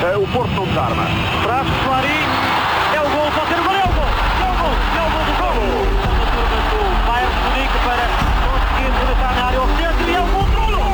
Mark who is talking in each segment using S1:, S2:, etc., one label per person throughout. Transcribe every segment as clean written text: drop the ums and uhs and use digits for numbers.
S1: O Porto não desarma.
S2: Traz Soares, é o gol, pode ser o gol, é o gol, é o gol, é o gol do gol. A turma do Bayern de Munique para conseguir penetrar na área ao centro e é o gol do gol.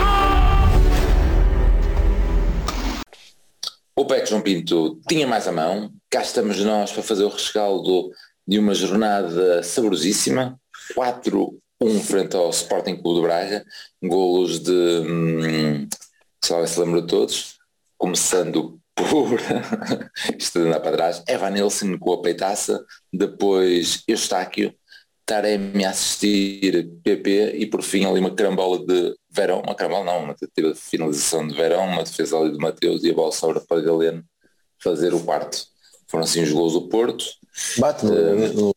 S3: O PEC João Pinto tinha mais a mão, cá estamos nós para fazer o rescaldo de uma jornada saborosíssima, 4-1 frente ao Sporting Clube de Braga, golos de, sei se lembra de todos, começando por, isto de andar para trás, Evanilson com a peitaça, depois Eustáquio, Taremi a assistir PP e por fim ali uma carambola de Verão, uma tentativa de finalização de Verão, uma defesa ali de Mateus e a bola sobra para Galeno fazer o quarto. Foram assim os gols do Porto.
S4: Bate no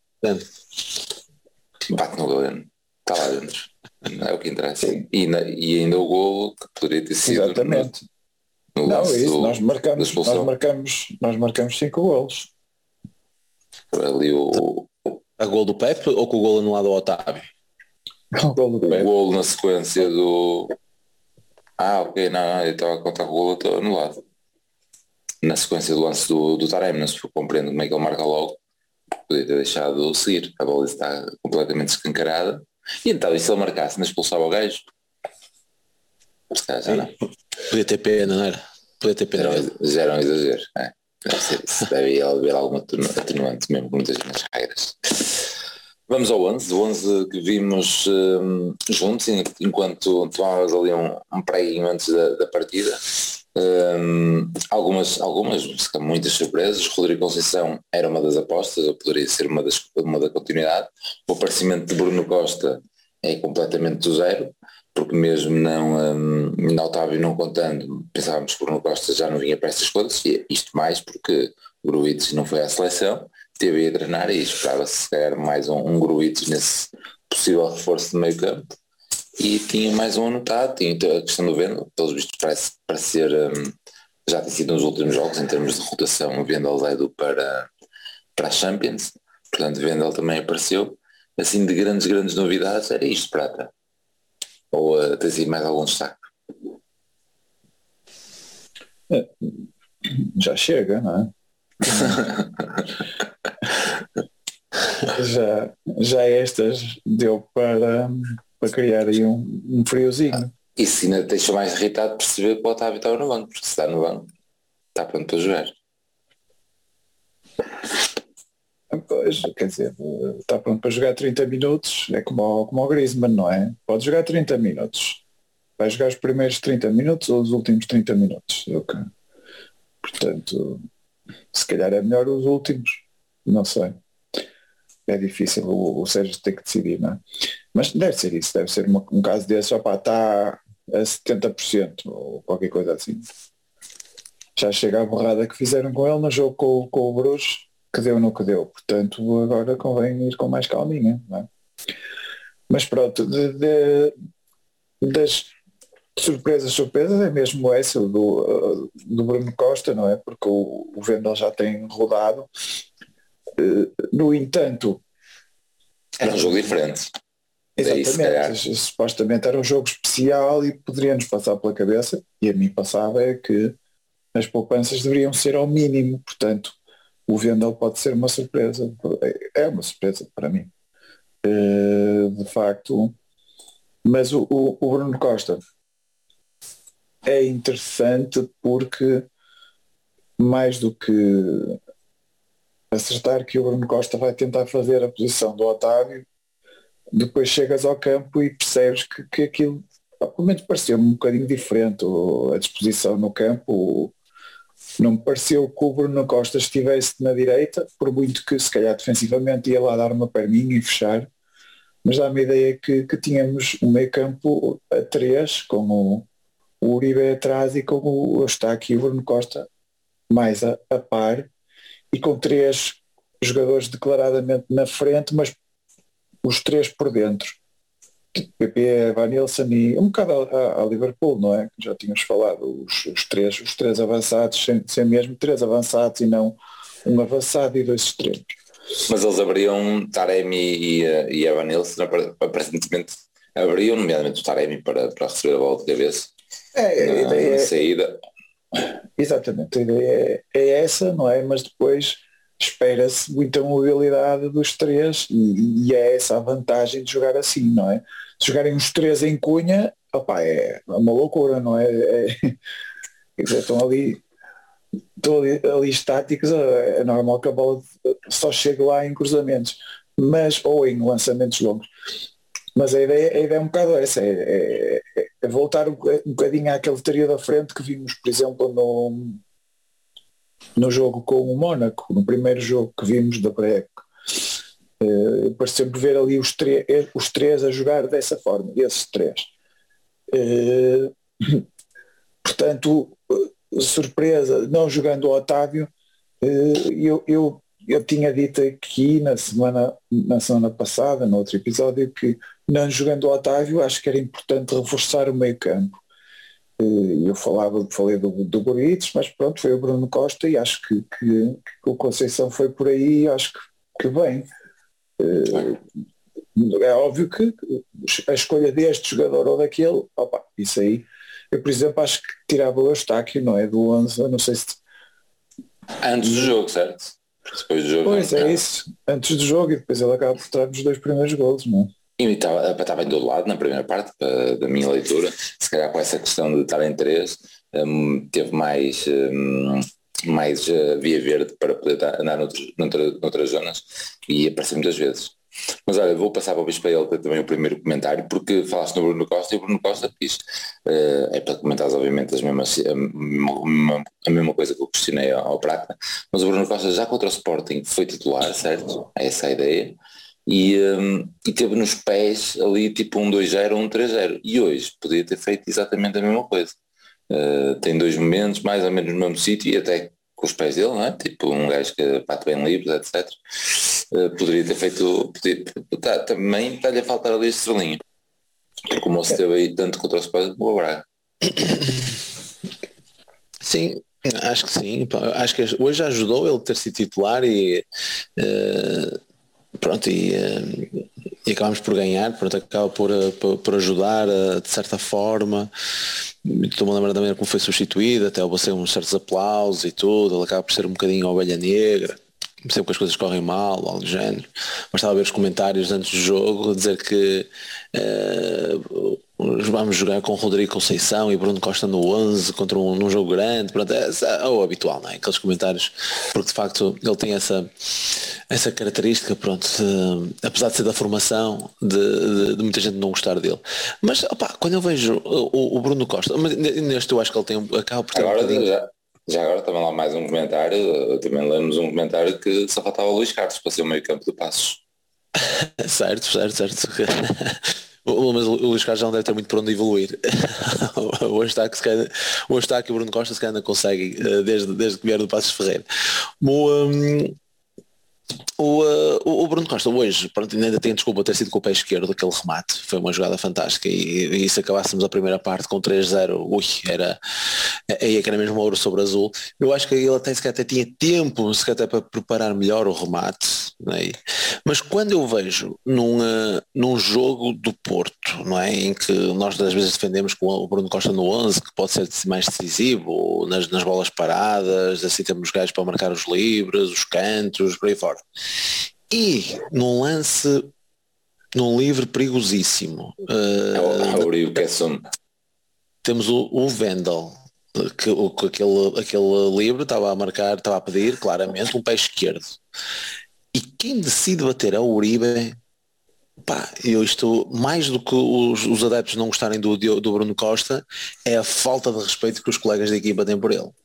S3: Galeno, está lá dentro, não é o que interessa. E ainda o golo que poderia ter sido.
S5: Exatamente. Não, é isso, nós marcamos 5 golos.
S3: Ali
S4: a gol do Pepe ou com o gol anulado ao Otávio?
S3: O golo na sequência do... ok, não, eu estava a contar com o golo todo anulado. Na sequência do lance do Taremi, não se compreende como é que ele marca logo. Podia ter deixado seguir, a bola está completamente escancarada. E então, e se ele marcasse, não expulsava o gajo? Se calhar já não.
S4: Podia ter pena, não era? Podia ter pena.
S3: Já era um exagero, é. Deve haver alguma atenuante mesmo com muitas nas regras. Vamos ao 11, o 11 que vimos juntos enquanto tomávamos ali um preguinho antes da partida. Algumas, muitas surpresas. Rodrigo Conceição era uma das apostas, ou poderia ser uma da continuidade. O aparecimento de Bruno Costa é completamente do zero, porque mesmo não Otávio não contando, pensávamos que Bruno Costa já não vinha para estas coisas, e isto mais porque o Gruitch não foi à seleção, teve a treinar e esperava-se se calhar mais um Gruitch nesse possível reforço de meio campo, e tinha mais um anotado, tinha a questão do Vendel, pelos vistos parece ser, já tem sido nos últimos jogos em termos de rotação, o Vendel veio para a Champions, portanto Vendel também apareceu. Assim de grandes novidades era isto, Prata. Ou tens aí mais algum destaque?
S5: Já chega, não é? já estas deu para criar aí um friozinho.
S3: Isso ainda te deixa mais irritado perceber que o Otávio estava no banco, porque se está no banco está pronto para jogar.
S5: Pois, quer dizer, está pronto para jogar 30 minutos, é como o Griezmann, não é? Pode jogar 30 minutos. Vai jogar os primeiros 30 minutos ou os últimos 30 minutos. Okay. Portanto, se calhar é melhor os últimos. Não sei. É difícil, o Sérgio tem que decidir, não é? Mas deve ser isso, deve ser um caso desse, está a 70% ou qualquer coisa assim. Já chega a borrada que fizeram com ele no jogo com o Bruges, que deu no que deu, portanto agora convém ir com mais calminha, não é? Mas pronto, das surpresas é mesmo essa do Bruno Costa, não é? Porque o Vendel já tem rodado, no entanto
S3: era um jogo diferente.
S5: Exatamente, supostamente era um jogo especial e poderia-nos passar pela cabeça, e a mim passava é que as poupanças deveriam ser ao mínimo, portanto o Vendel pode ser uma surpresa, é uma surpresa para mim, de facto, mas o Bruno Costa é interessante porque mais do que acertar que o Bruno Costa vai tentar fazer a posição do Otávio, depois chegas ao campo e percebes que aquilo, pelo menos pareceu-me um bocadinho diferente, a disposição no campo. Não me pareceu que o Bruno Costa estivesse na direita, por muito que se calhar defensivamente ia lá dar uma perninha e fechar, mas dá-me a ideia que tínhamos um meio campo a 3, com o Uribe atrás e com o Eustáquio e o Bruno Costa mais a par, e com 3 jogadores declaradamente na frente, mas os 3 por dentro. PP, Evanilson e um bocado a Liverpool, não é? Já tínhamos falado, os três avançados, sem mesmo 3 avançados e não um avançado e 2 extremos.
S3: Mas eles abriam Taremi e Evanilson, aparentemente abriam, nomeadamente o Taremi para receber a bola de cabeça.
S5: A ideia
S3: na saída.
S5: Exatamente, a ideia é essa, não é? Mas depois espera-se muita mobilidade dos três e é essa a vantagem de jogar assim, não é? Se jogarem os três em Cunha, opá, é uma loucura, não é? Quer dizer, estão ali estáticos, é normal que a bola só chegue lá em cruzamentos, mas, ou em lançamentos longos. Mas a ideia é um bocado essa, é voltar um bocadinho àquele trio da frente que vimos, por exemplo, no jogo com o Mónaco, no primeiro jogo que vimos da pré-época. Para sempre ver ali os três a jogar dessa forma, esses três. Portanto, surpresa, não jogando o Otávio, eu tinha dito aqui na semana passada, no outro episódio, que não jogando o Otávio, acho que era importante reforçar o meio campo. Eu falei do Goritos, mas pronto, foi o Bruno Costa e acho que o Conceição foi por aí, acho que bem. É óbvio que a escolha deste jogador ou daquele, opa, isso aí, eu por exemplo acho que tirava o Eustáquio, não é? Do 11, eu não sei se...
S3: Antes do jogo, certo? Depois do jogo.
S5: Pois é isso, antes do jogo e depois ele acaba por trás dos 2 primeiros golos, não é?
S3: E estava em todo lado na primeira parte da minha leitura, se calhar com essa questão de estar em 3, teve mais via verde para poder andar noutras zonas e aparecer muitas vezes. Mas olha, vou passar para o Bispo para ele ter também o primeiro comentário, porque falaste no Bruno Costa e o Bruno Costa diz, é para comentares obviamente a mesma coisa que eu questionei ao Prata, mas o Bruno Costa já contra o Sporting foi titular, certo? É essa a ideia. E teve nos pés ali tipo um 2-0, um 3-0 e hoje podia ter feito exatamente a mesma coisa. Tem 2 momentos mais ou menos no mesmo sítio e até com os pés dele, não é? Tipo um gajo que bate bem livres, etc. Poderia ter feito, também está-lhe a faltar ali a estrelinha, porque o moço esteve aí tanto contra os pés do Braga.
S4: Sim, acho que sim. Acho que hoje ajudou ele ter sido titular e pronto, e acabamos por ganhar, pronto, acaba por ajudar de certa forma. Estou-me a lembrar da maneira como foi substituído, até houve assim uns certos aplausos e tudo, ele acaba por ser um bocadinho a ovelha negra, sempre que as coisas correm mal, algo do género. Mas estava a ver os comentários antes do jogo a dizer que vamos jogar com Rodrigo Conceição e Bruno Costa no 11 contra num jogo grande, pronto, é o habitual, não é? Aqueles comentários, porque de facto ele tem essa característica, pronto, apesar de ser da formação, de muita gente não gostar dele. Mas opa, quando eu vejo o Bruno Costa, mas neste eu acho que ele acaba por ter
S3: agora,
S4: um bocadinho...
S3: já agora também lá mais um comentário, também lemos um comentário que só faltava o Luís Carlos para ser o meio campo de Passos.
S4: certo. Mas o Luís Carlos já não deve ter muito para onde evoluir. Hoje está que o Bruno Costa se calhar ainda consegue, desde que vier do Passos Ferreira. O Bruno Costa hoje, pronto, ainda tem desculpa ter sido com o pé esquerdo daquele remate, foi uma jogada fantástica e se acabássemos a primeira parte com 3-0, aí era mesmo ouro sobre azul. Eu acho que ele até tinha tempo até para preparar melhor o remate, não é? Mas quando eu vejo num jogo do Porto, não é, em que nós às vezes defendemos com o Bruno Costa no 11, que pode ser mais decisivo nas bolas paradas, assim temos gajos para marcar os livres, os cantos, por aí fora. E num livre perigosíssimo, temos o Wendel, que aquele livre estava a pedir claramente um pé esquerdo. E quem decide bater é o Uribe. Pá, isto, mais do que os adeptos não gostarem do Bruno Costa, é a falta de respeito que os colegas da equipa têm por ele.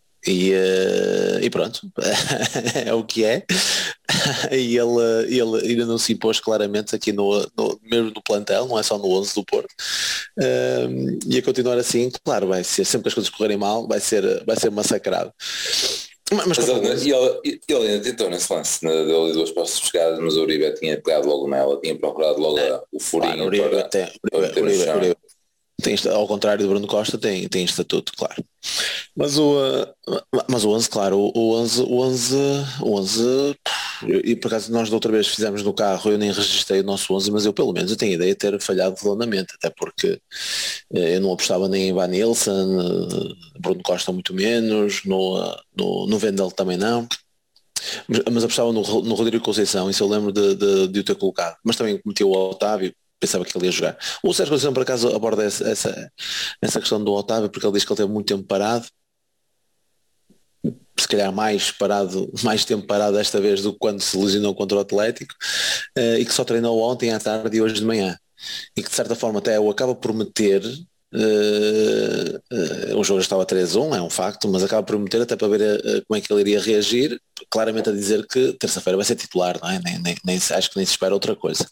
S4: E pronto, é o que é. E ele ainda não se impôs claramente aqui mesmo no plantel, não é só no 11 do Porto. E a continuar assim, claro, vai ser sempre que as coisas correrem mal, vai ser massacrado. Mas
S3: ele ainda tentou nesse lance, deu ali 2 postos chegadas, mas o Uribe tinha pegado logo nela, tinha procurado logo o furinho.
S4: Claro, Ao contrário do Bruno Costa, tem estatuto, claro. Mas o 11, claro, o 11, e por acaso nós da outra vez fizemos no carro, eu nem registrei o nosso 11, mas eu pelo menos eu tenho a ideia de ter falhado redondamente, até porque eu não apostava nem em Van Nilsson, Bruno Costa muito menos, no Vendel também não. Mas apostava no Rodrigo Conceição, isso eu lembro de o ter colocado, mas também cometi o Otávio, pensava que ele ia jogar. O Sérgio Conceição por acaso aborda essa questão do Otávio, porque ele diz que ele teve muito tempo parado, se calhar mais tempo parado desta vez do que quando se lesionou contra o Atlético, e que só treinou ontem à tarde e hoje de manhã, e que de certa forma até o acaba por meter. O jogo já estava 3-1, é um facto, mas acaba por meter até para ver como é que ele iria reagir, claramente a dizer que terça-feira vai ser titular, não é? Acho que nem se espera outra coisa.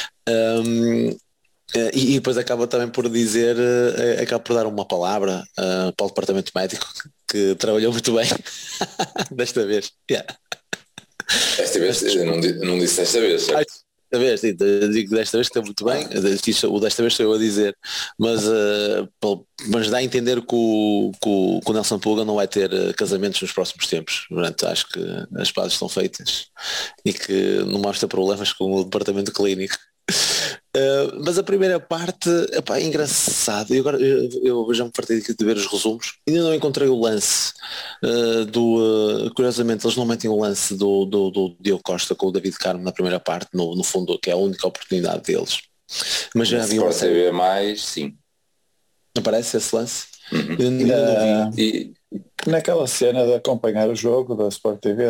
S4: E depois acaba também por dizer, acaba por dar uma palavra para o departamento médico que trabalhou muito bem desta vez. Yeah.
S3: Desta vez, não disse desta vez, certo?
S4: Desta vez, sim, digo desta vez que está muito bem, o desta vez sou eu a dizer, mas dá a entender que o Nelson Puga não vai ter casamentos nos próximos tempos. Portanto, acho que as pazes estão feitas e que não mostra problemas com o departamento clínico. Mas a primeira parte é engraçado, e agora eu já me fartei de ver os resumos, ainda não encontrei o lance curiosamente eles não metem o lance do Diogo Costa com o David Carmo na primeira parte, no fundo, que é a única oportunidade deles, mas já havia
S3: Sport TV mais, sim.
S4: Aparece esse lance?
S5: Não vi. Naquela cena de acompanhar o jogo da Sport TV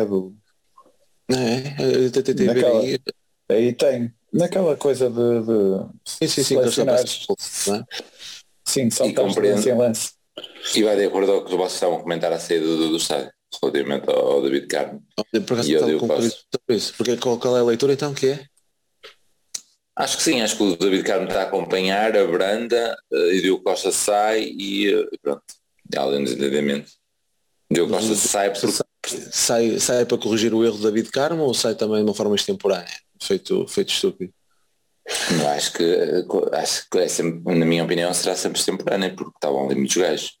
S4: eu tentei ver
S5: aí tem naquela coisa de selecionar, sim, saltar sem lance.
S3: E vai de acordo ao que vocês estavam a comentar a saída do estádio, relativamente ao David Carmo.
S4: E ao Diogo Costa. Porque qual é a leitura então que é?
S3: Acho que sim, acho que o David Carmo está a acompanhar a Branda, e o Diogo Costa sai e pronto, há algum desentendimento. O Diogo Costa
S4: sai para corrigir o erro do David Carmo ou sai também de uma forma extemporânea? Feito estúpido.
S3: Não, acho que é sempre, na minha opinião, será sempre extemporânea, porque estavam ali muitos gajos.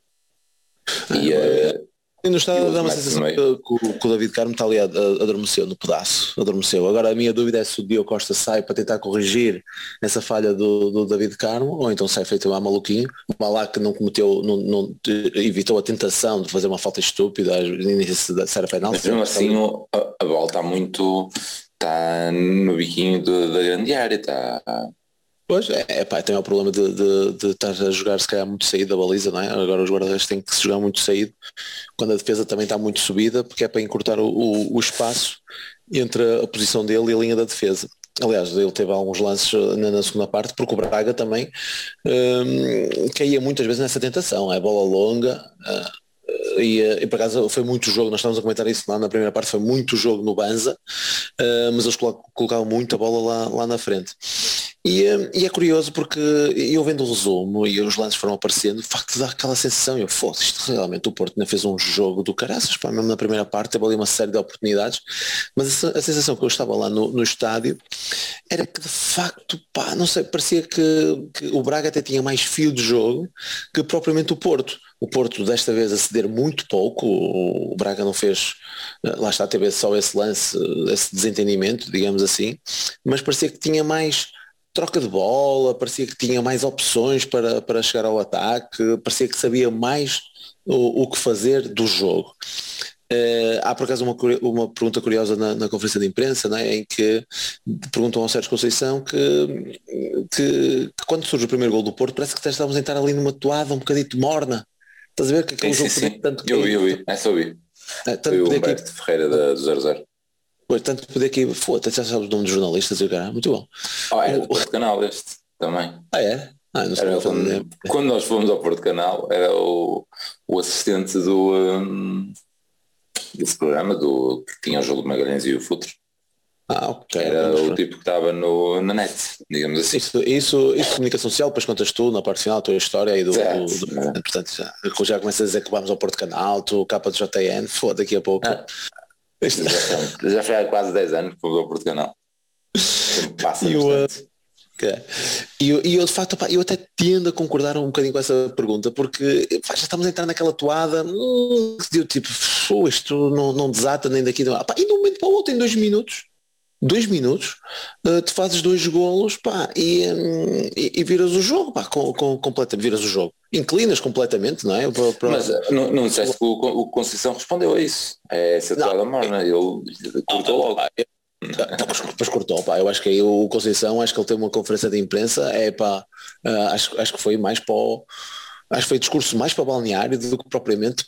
S4: No estado dá uma sensação que o David Carmo está ali adormeceu no pedaço, adormeceu. Agora a minha dúvida é se o Diogo Costa sai para tentar corrigir essa falha do David Carmo, ou então sai feito lá maluquinho, lá que não cometeu, não evitou a tentação de fazer uma falta estúpida no início da série penal.
S3: Mas mesmo assim a bola está no biquinho da grande área, está...
S4: Pois, tem o problema de estar a jogar se calhar muito saído da baliza, não é? Agora os guarda-redes têm que se jogar muito saído, quando a defesa também está muito subida, porque é para encurtar o espaço entre a posição dele e a linha da defesa. Aliás, ele teve alguns lances na segunda parte, porque o Braga também caía muitas vezes nessa tentação, é bola longa... E por acaso foi muito jogo, nós estávamos a comentar isso lá na primeira parte, foi muito jogo no Banza, mas eles colocavam muito a bola lá na frente. E é curioso porque eu vendo o resumo e os lances foram aparecendo, de facto dá aquela sensação, isto realmente o Porto ainda fez um jogo do caraças, mesmo na primeira parte teve ali uma série de oportunidades, mas a sensação que eu estava lá no estádio era que de facto, não sei, parecia que o Braga até tinha mais fio de jogo que propriamente o Porto. O Porto desta vez a ceder muito pouco, o Braga não fez, lá está, teve só esse lance, esse desentendimento, digamos assim, mas parecia que tinha mais troca de bola, parecia que tinha mais opções para chegar ao ataque, parecia que sabia mais o que fazer do jogo. Há por acaso uma pergunta curiosa na conferência de imprensa, não é? Em que perguntam ao Sérgio Conceição que quando surge o primeiro gol do Porto parece que estávamos a entrar ali numa toada um bocadito morna. Estás a ver que aquele jogo
S3: sim.
S4: Tanto
S3: eu vi, essa eu vi. Foi o Humberto Ferreira da 00.
S4: Pois, tanto poder que até já sabes o nome dos jornalistas e o cara, muito bom.
S3: Era do Porto Canal este também.
S4: É? Não sei
S3: quando nós fomos ao Porto Canal era o assistente desse programa que tinha o jogo de Magalhães e o Futre.
S4: Ok.
S3: Era o tipo que estava na net, digamos assim.
S4: Isso comunicação social, depois contas tu na parte final a tua história aí portanto já começas a dizer que vamos ao Porto Canal, tu capa de JN, daqui a pouco.
S3: Já foi há quase 10 anos que fomos ao Porto Canal. Passa
S4: E eu de facto, pá, eu até tendo a concordar um bocadinho com essa pergunta, porque pá, já estamos a entrar naquela toada, que deu tipo, isto não desata nem daqui, pá, e de um momento para o outro, em 2 minutos, tu fazes 2 golos, pá, e viras o jogo, pá, completamente, viras o jogo. Inclinas completamente, não é?
S3: Mas não disseste que o Conceição respondeu a isso. É essa toada morna, ele cortou logo.
S4: Pá, depois cortou, pá, eu acho que aí o Conceição, acho que ele tem uma conferência de imprensa, pá, acho que foi mais acho que foi discurso mais para balneário do que propriamente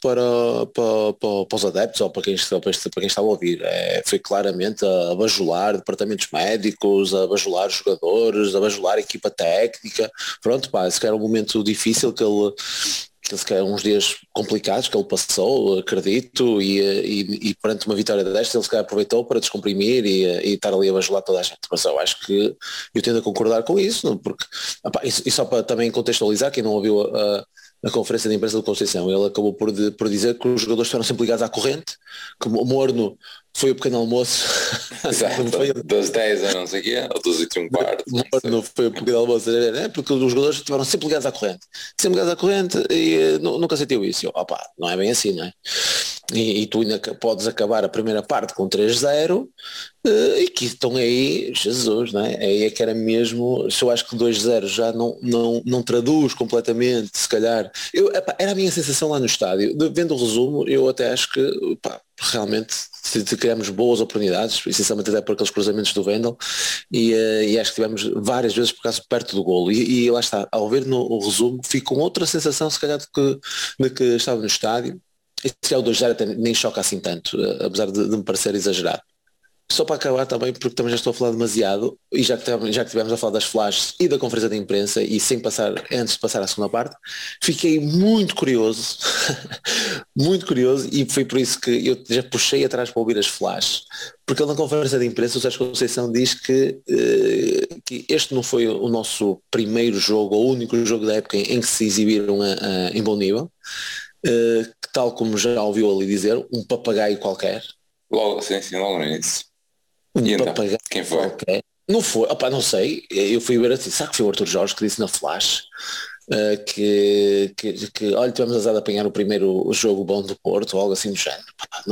S4: para os adeptos ou para quem estava a ouvir. Foi claramente a bajular departamentos médicos, a bajular jogadores, a bajular equipa técnica. Pronto, pá, esse era um momento difícil que se calhar uns dias complicados que ele passou, acredito, e perante uma vitória desta ele se calhar aproveitou para descomprimir e estar ali a bajular toda a gente. Mas eu acho que eu tendo a concordar com isso, não? Porque e só para também contextualizar, quem não ouviu a conferência de imprensa do Conceição, ele acabou por dizer que os jogadores estiveram sempre ligados à corrente, que o Morno foi o pequeno almoço.
S3: Exato, das 10 a não sei o quê, ou 12h15.
S4: Não foi o pequeno almoço, porque os jogadores estiveram sempre ligados à corrente. Sempre ligados à corrente e nunca sentiu isso. Não é bem assim, não é? E tu ainda podes acabar a primeira parte com 3-0 e que estão aí, Jesus, não é? Aí é que era mesmo, se eu acho que 2-0 já não traduz completamente, se calhar. Era a minha sensação lá no estádio, vendo o resumo, eu até acho que, pá, realmente se criamos boas oportunidades, essencialmente até por aqueles cruzamentos do Wendel, e acho que tivemos várias vezes por acaso perto do golo, e lá está, ao ver no resumo, fico com outra sensação se calhar de que estava no estádio. Esse é o 2-0 até nem choca assim tanto, apesar de me parecer exagerado. Só para acabar também, porque também já estou a falar demasiado, e já que tivemos a falar das flashes e da conferência de imprensa, e antes de passar à segunda parte, fiquei muito curioso, muito curioso, e foi por isso que eu já puxei atrás para ouvir as flashes, porque ele na conferência de imprensa, o Sérgio Conceição diz que este não foi o nosso primeiro jogo, ou o único jogo da época em que se exibiram em bom nível, que tal como já ouviu ali dizer, um papagaio qualquer.
S3: Logo, sim, logo no início.
S4: E
S3: então,
S4: papagaio
S3: quem foi?
S4: qualquer. Não foi, não sei, eu fui ver assim, sabe que foi o Arthur Jorge que disse na Flash que olha, tivemos azar de apanhar o primeiro jogo bom do Porto, ou algo assim do género.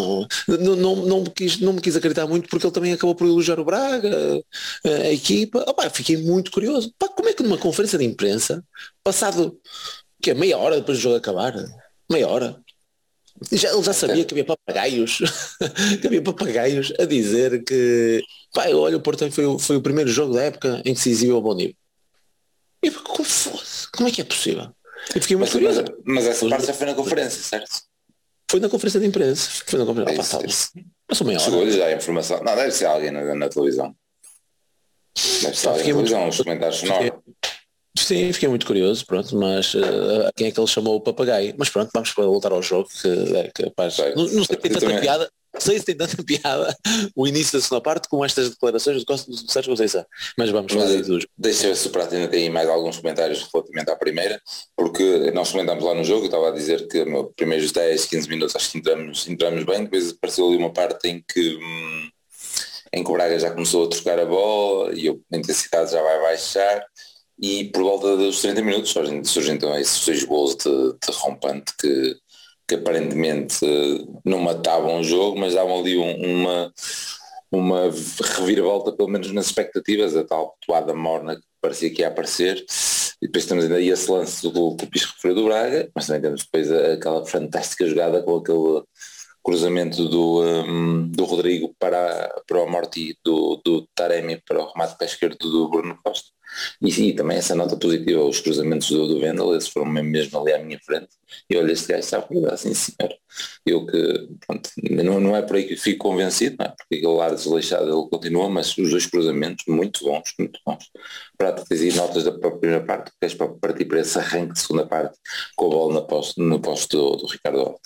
S4: Não me quis acreditar muito porque ele também acabou por elogiar o Braga, a equipa. Fiquei muito curioso. Como é que numa conferência de imprensa, passado meia hora depois do jogo acabar, meia hora, ele já sabia que havia papagaios que havia papagaios a dizer que olha, o Porto foi o primeiro jogo da época em que se exibiu a bom nível. E como é que é possível? Eu fiquei muito curioso.
S3: Mas essa parte já foi na conferência, certo?
S4: Foi na conferência de imprensa. Foi na conferência. Passou meia hora.
S3: Chegou-lhe já a informação. Não, deve ser alguém na televisão. Deve ser alguém na televisão, os comentários sonoros.
S4: Sim, fiquei muito curioso, pronto, mas a quem é que ele chamou o papagaio? Mas pronto, vamos voltar ao jogo, não sei se tem tanta piada, não sei se tem tanta piada o início da segunda parte com estas declarações do Sérgio Conceição, mas vamos fazer isso.
S3: Deixa eu ver se o Prato ainda tem mais alguns comentários relativamente à primeira, porque nós comentámos lá no jogo, eu estava a dizer que nos primeiros 10, 15 minutos acho que entramos bem, depois apareceu ali uma parte em que o Braga já começou a trocar a bola e a intensidade já vai baixar. E por volta dos 30 minutos surgem então esses 2 gols de rompante que aparentemente não matavam o jogo, mas davam ali uma reviravolta pelo menos nas expectativas, a tal toada morna que parecia que ia aparecer. E depois temos ainda aí esse lance do que o Pires referiu do Braga, mas também temos depois aquela fantástica jogada com aquele cruzamento do Rodrigo para o Amorti, do Taremi para o remate pé esquerdo do Bruno Costa. E também essa nota positiva, os cruzamentos do Wendel, esses foram mesmo ali à minha frente, e olha, este gajo sabe cuidar, sim senhor. Eu que, pronto, não é por aí que fico convencido, não é? Porque aquele lado desleixado ele continua, mas os 2 cruzamentos muito bons. Para dizer notas da primeira parte, queres partir para esse arranque de segunda parte com a bola no poste do Ricardo Horta.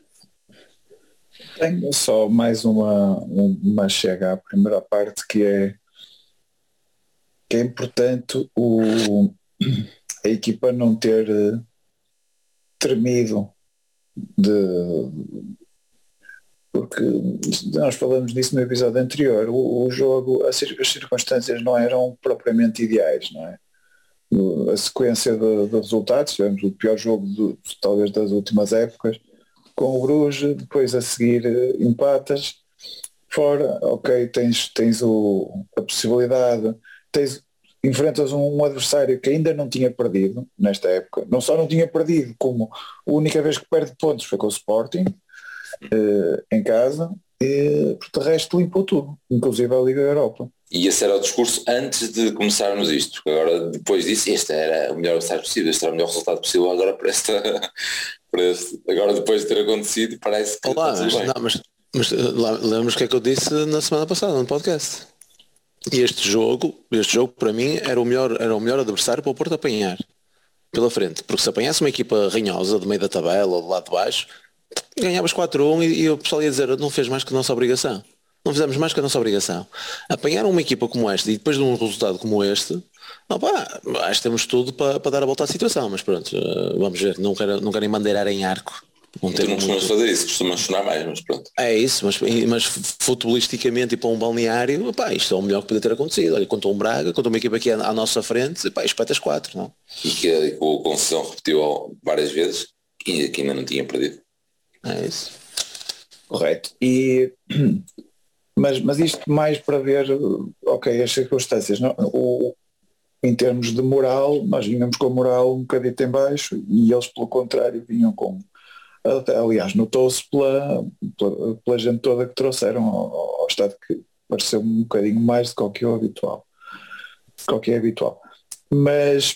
S5: Tenho só mais uma chega à primeira parte que é importante a equipa não ter tremido porque nós falamos disso no episódio anterior, o jogo, as circunstâncias não eram propriamente ideais, não é? A sequência de resultados, tivemos o pior jogo talvez das últimas épocas, com o Bruges, depois a seguir empatas, fora, ok, tens a possibilidade, enfrentas um adversário que ainda não tinha perdido nesta época, não só não tinha perdido, como a única vez que perde pontos foi com o Sporting, em casa, e de resto limpou tudo, inclusive a Liga Europa.
S3: E esse era o discurso antes de começarmos isto, porque agora depois disso este era o melhor resultado possível, este era o melhor resultado possível agora agora depois de ter acontecido parece que
S4: Olá,
S3: está tudo bem.
S4: mas lembras o que é que eu disse na semana passada no podcast? E este jogo para mim era o melhor adversário para o Porto apanhar pela frente, porque se apanhasse uma equipa ranhosa do meio da tabela ou do lado de baixo, ganhavas 4-1 e o pessoal ia dizer, não fez mais que a nossa obrigação. Não fizemos mais que a nossa obrigação. Apanhar uma equipa como esta e depois de um resultado como este, acho que temos tudo para dar a volta à situação, mas pronto, vamos ver, não quero embandeirar em arco.
S3: Tu não costumas fazer isso, costumas chorar mais, mas pronto.
S4: É isso, mas futebolisticamente e para um balneário, isto é o melhor que podia ter acontecido. Olha, contra um Braga, contra uma equipa aqui à nossa frente, espetas 4, não?
S3: E que o Conceição repetiu várias vezes e que ainda não tinha perdido.
S4: É isso.
S5: Correto. Mas isto mais para ver, ok, as circunstâncias, não? Em termos de moral, nós vinhamos com a moral um bocadito em baixo e eles pelo contrário vinham com, aliás, notou-se pela gente toda que trouxeram ao estado, que pareceu um bocadinho mais do que o habitual. Mas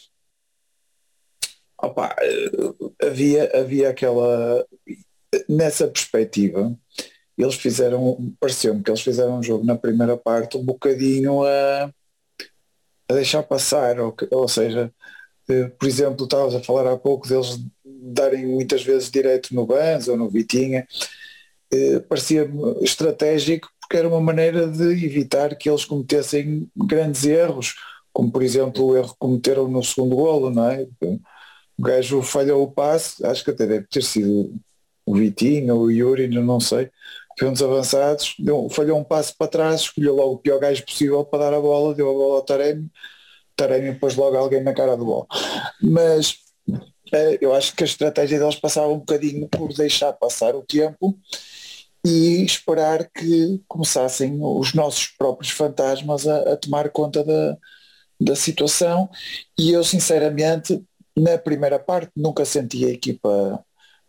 S5: havia aquela, nessa perspectiva, pareceu-me que eles fizeram um jogo na primeira parte um bocadinho a deixar passar, ou seja, por exemplo, estavas a falar há pouco deles darem muitas vezes direito no Banz ou no Vitinha, parecia-me estratégico porque era uma maneira de evitar que eles cometessem grandes erros, como por exemplo o erro que cometeram no segundo golo, não é? O gajo falhou o passe, acho que até deve ter sido o Vitinho ou o Yuri, não sei, foi uns avançados, falhou um passo para trás, escolheu logo o pior gajo possível para dar a bola, deu a bola ao Taremi pôs logo alguém na cara do gol. Mas eu acho que a estratégia deles passava um bocadinho por deixar passar o tempo e esperar que começassem os nossos próprios fantasmas a tomar conta da situação, e eu sinceramente na primeira parte nunca senti a equipa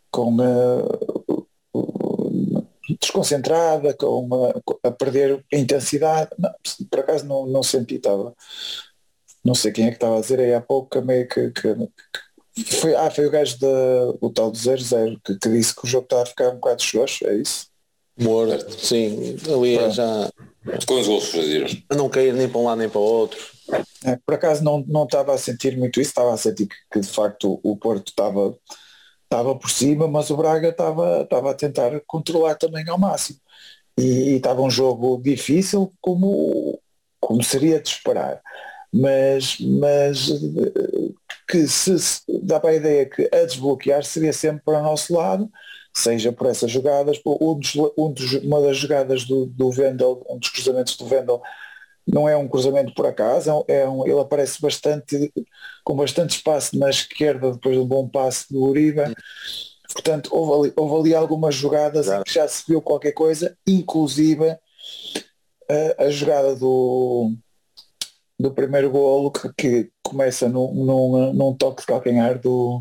S5: desconcentrada, a perder a intensidade. Não, por acaso não senti, estava, não sei quem é que estava a dizer aí há pouco, meio que foi o gajo o tal do 0-0 que disse que o jogo estava a ficar um bocado xoxo, é isso?
S4: Morto, sim, ali já
S3: com os gols faziam.
S4: Não cair nem para um lado nem para o outro.
S5: Por acaso não estava a sentir muito isso, estava a sentir que de facto o Porto estava por cima, mas o Braga estava a tentar controlar também ao máximo. E estava um jogo difícil, como seria de esperar. Mas que se dá para a ideia que a desbloquear seria sempre para o nosso lado, seja por essas jogadas, uma das jogadas do Wendel, um dos cruzamentos do Wendel, não é um cruzamento por acaso, ele aparece com bastante espaço na esquerda depois de um bom passe do Uribe. Portanto, houve ali algumas jogadas em que já se viu qualquer coisa, inclusive a jogada do primeiro golo que começa num toque de calcanhar do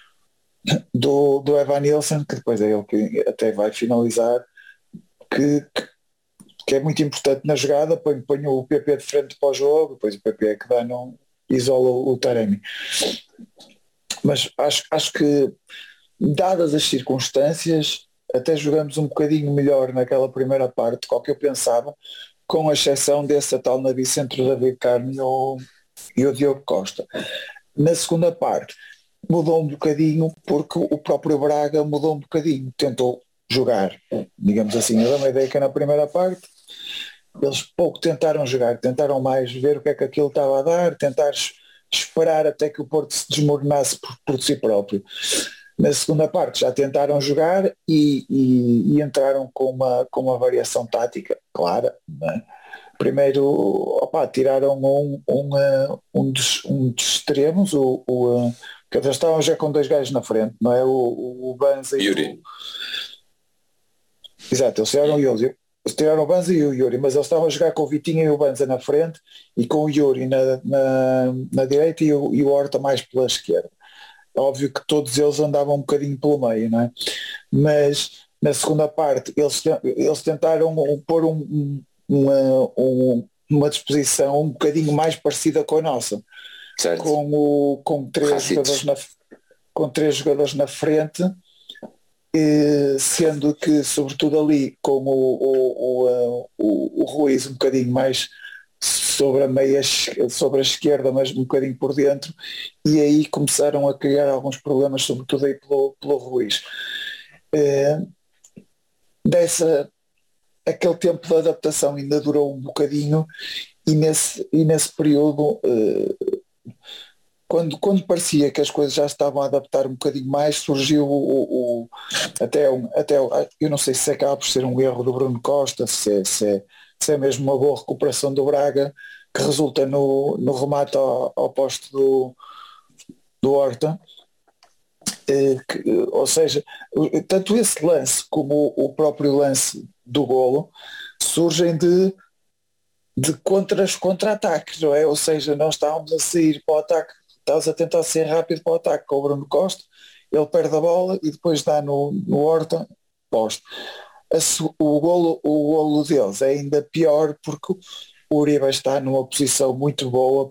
S5: Evan Nilsson, que depois é ele que até vai finalizar, que é muito importante na jogada, põe o PP de frente para o jogo, depois o PP é que isola o Taremi. Mas acho que, dadas as circunstâncias, até jogamos um bocadinho melhor naquela primeira parte, qual que eu pensava, com a exceção desse tal Nabi entre o David Carmo e o Diogo Costa. Na segunda parte mudou um bocadinho, porque o próprio Braga mudou um bocadinho, tentou jogar, digamos assim, eu dei uma ideia que na primeira parte eles pouco tentaram jogar, tentaram mais ver o que é que aquilo estava a dar, tentar esperar até que o Porto se desmoronasse por si próprio. Na segunda parte já tentaram jogar e entraram com uma variação tática clara, não é? Primeiro, tiraram um dos extremos, que eles estavam já com 2 gajos na frente, não é? O Banza e
S3: Yuri.
S5: Exato, eles tiraram o Yuri. Eles tiraram o Banza e o Yuri, mas eles estavam a jogar com o Vitinho e o Banza na frente e com o Yuri na direita e o Horta mais pela esquerda. Óbvio que todos eles andavam um bocadinho pelo meio, não é? Mas na segunda parte eles tentaram pôr uma disposição um bocadinho mais parecida com a nossa,
S3: certo.
S5: com 3 jogadores na frente, sendo que sobretudo ali com o Ruiz um bocadinho mais sobre a esquerda, mas um bocadinho por dentro, e aí começaram a criar alguns problemas, sobretudo aí pelo Ruiz. Aquele tempo de adaptação ainda durou um bocadinho, e nesse período, quando parecia que as coisas já estavam a adaptar um bocadinho mais, surgiu eu não sei se acaba por ser um erro do Bruno Costa, se é mesmo uma boa recuperação do Braga, que resulta no remate ao poste do Horta. Ou seja, tanto esse lance como o próprio lance do golo surgem de contra-ataques, não é? Ou seja, nós estávamos a sair para o ataque, estávamos a tentar ser rápido para o ataque com o Bruno Costa, ele perde a bola e depois dá no Horta, poste. O golo deles é ainda pior porque o Uribe está numa posição muito boa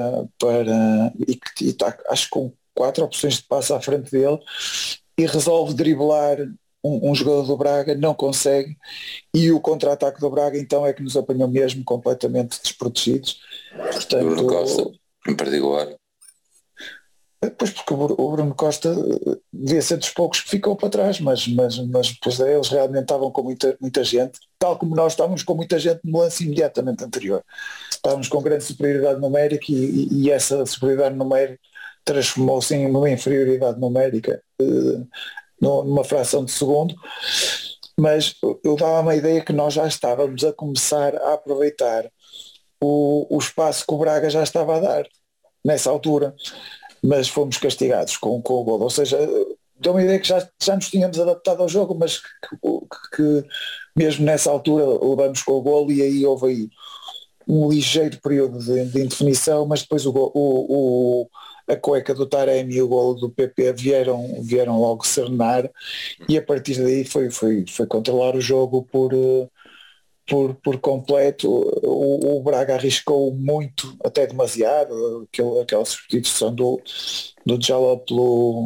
S5: e está, acho que com 4 opções de passe à frente dele, e resolve driblar um jogador do Braga, não consegue, e o contra-ataque do Braga então é que nos apanhou mesmo completamente desprotegidos. Portanto,
S3: Bruno Costa, em particular.
S5: Pois, porque o Bruno Costa devia ser dos poucos que ficou para trás, mas pois eles realmente estavam com muita gente, tal como nós estávamos com muita gente no lance imediatamente anterior. Estávamos com grande superioridade numérica e essa superioridade numérica transformou-se em uma inferioridade numérica numa fração de segundo, mas eu dava-me a ideia que nós já estávamos a começar a aproveitar o espaço que o Braga já estava a dar nessa altura, mas fomos castigados com o gol, ou seja, deu-me a ideia que já nos tínhamos adaptado ao jogo, mas que mesmo nessa altura levamos com o gol, e aí houve um ligeiro período de indefinição, mas depois a cueca do Taremi e o golo do PP vieram logo serenar, e a partir daí foi controlar o jogo por completo. O Braga arriscou muito, até demasiado, aquela substituição do Djaló pelo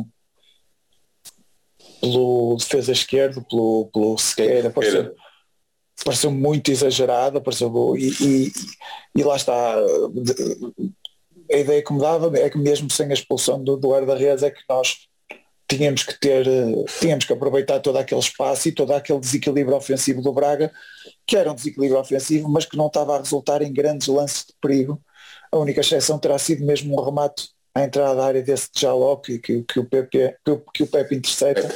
S5: defesa esquerdo, pelo Sequeira, pareceu muito exagerado, e lá está. A ideia que me dava é que mesmo sem a expulsão do guarda-redes é que nós tínhamos que aproveitar todo aquele espaço e todo aquele desequilíbrio ofensivo do Braga, que era um desequilíbrio ofensivo, mas que não estava a resultar em grandes lances de perigo. A única exceção terá sido mesmo um remate à entrada da área desse Djaló que o Pepe intercepta.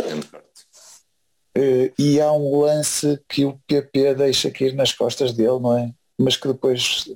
S5: E há um lance que o PP deixa cair nas costas dele, não é? Mas que depois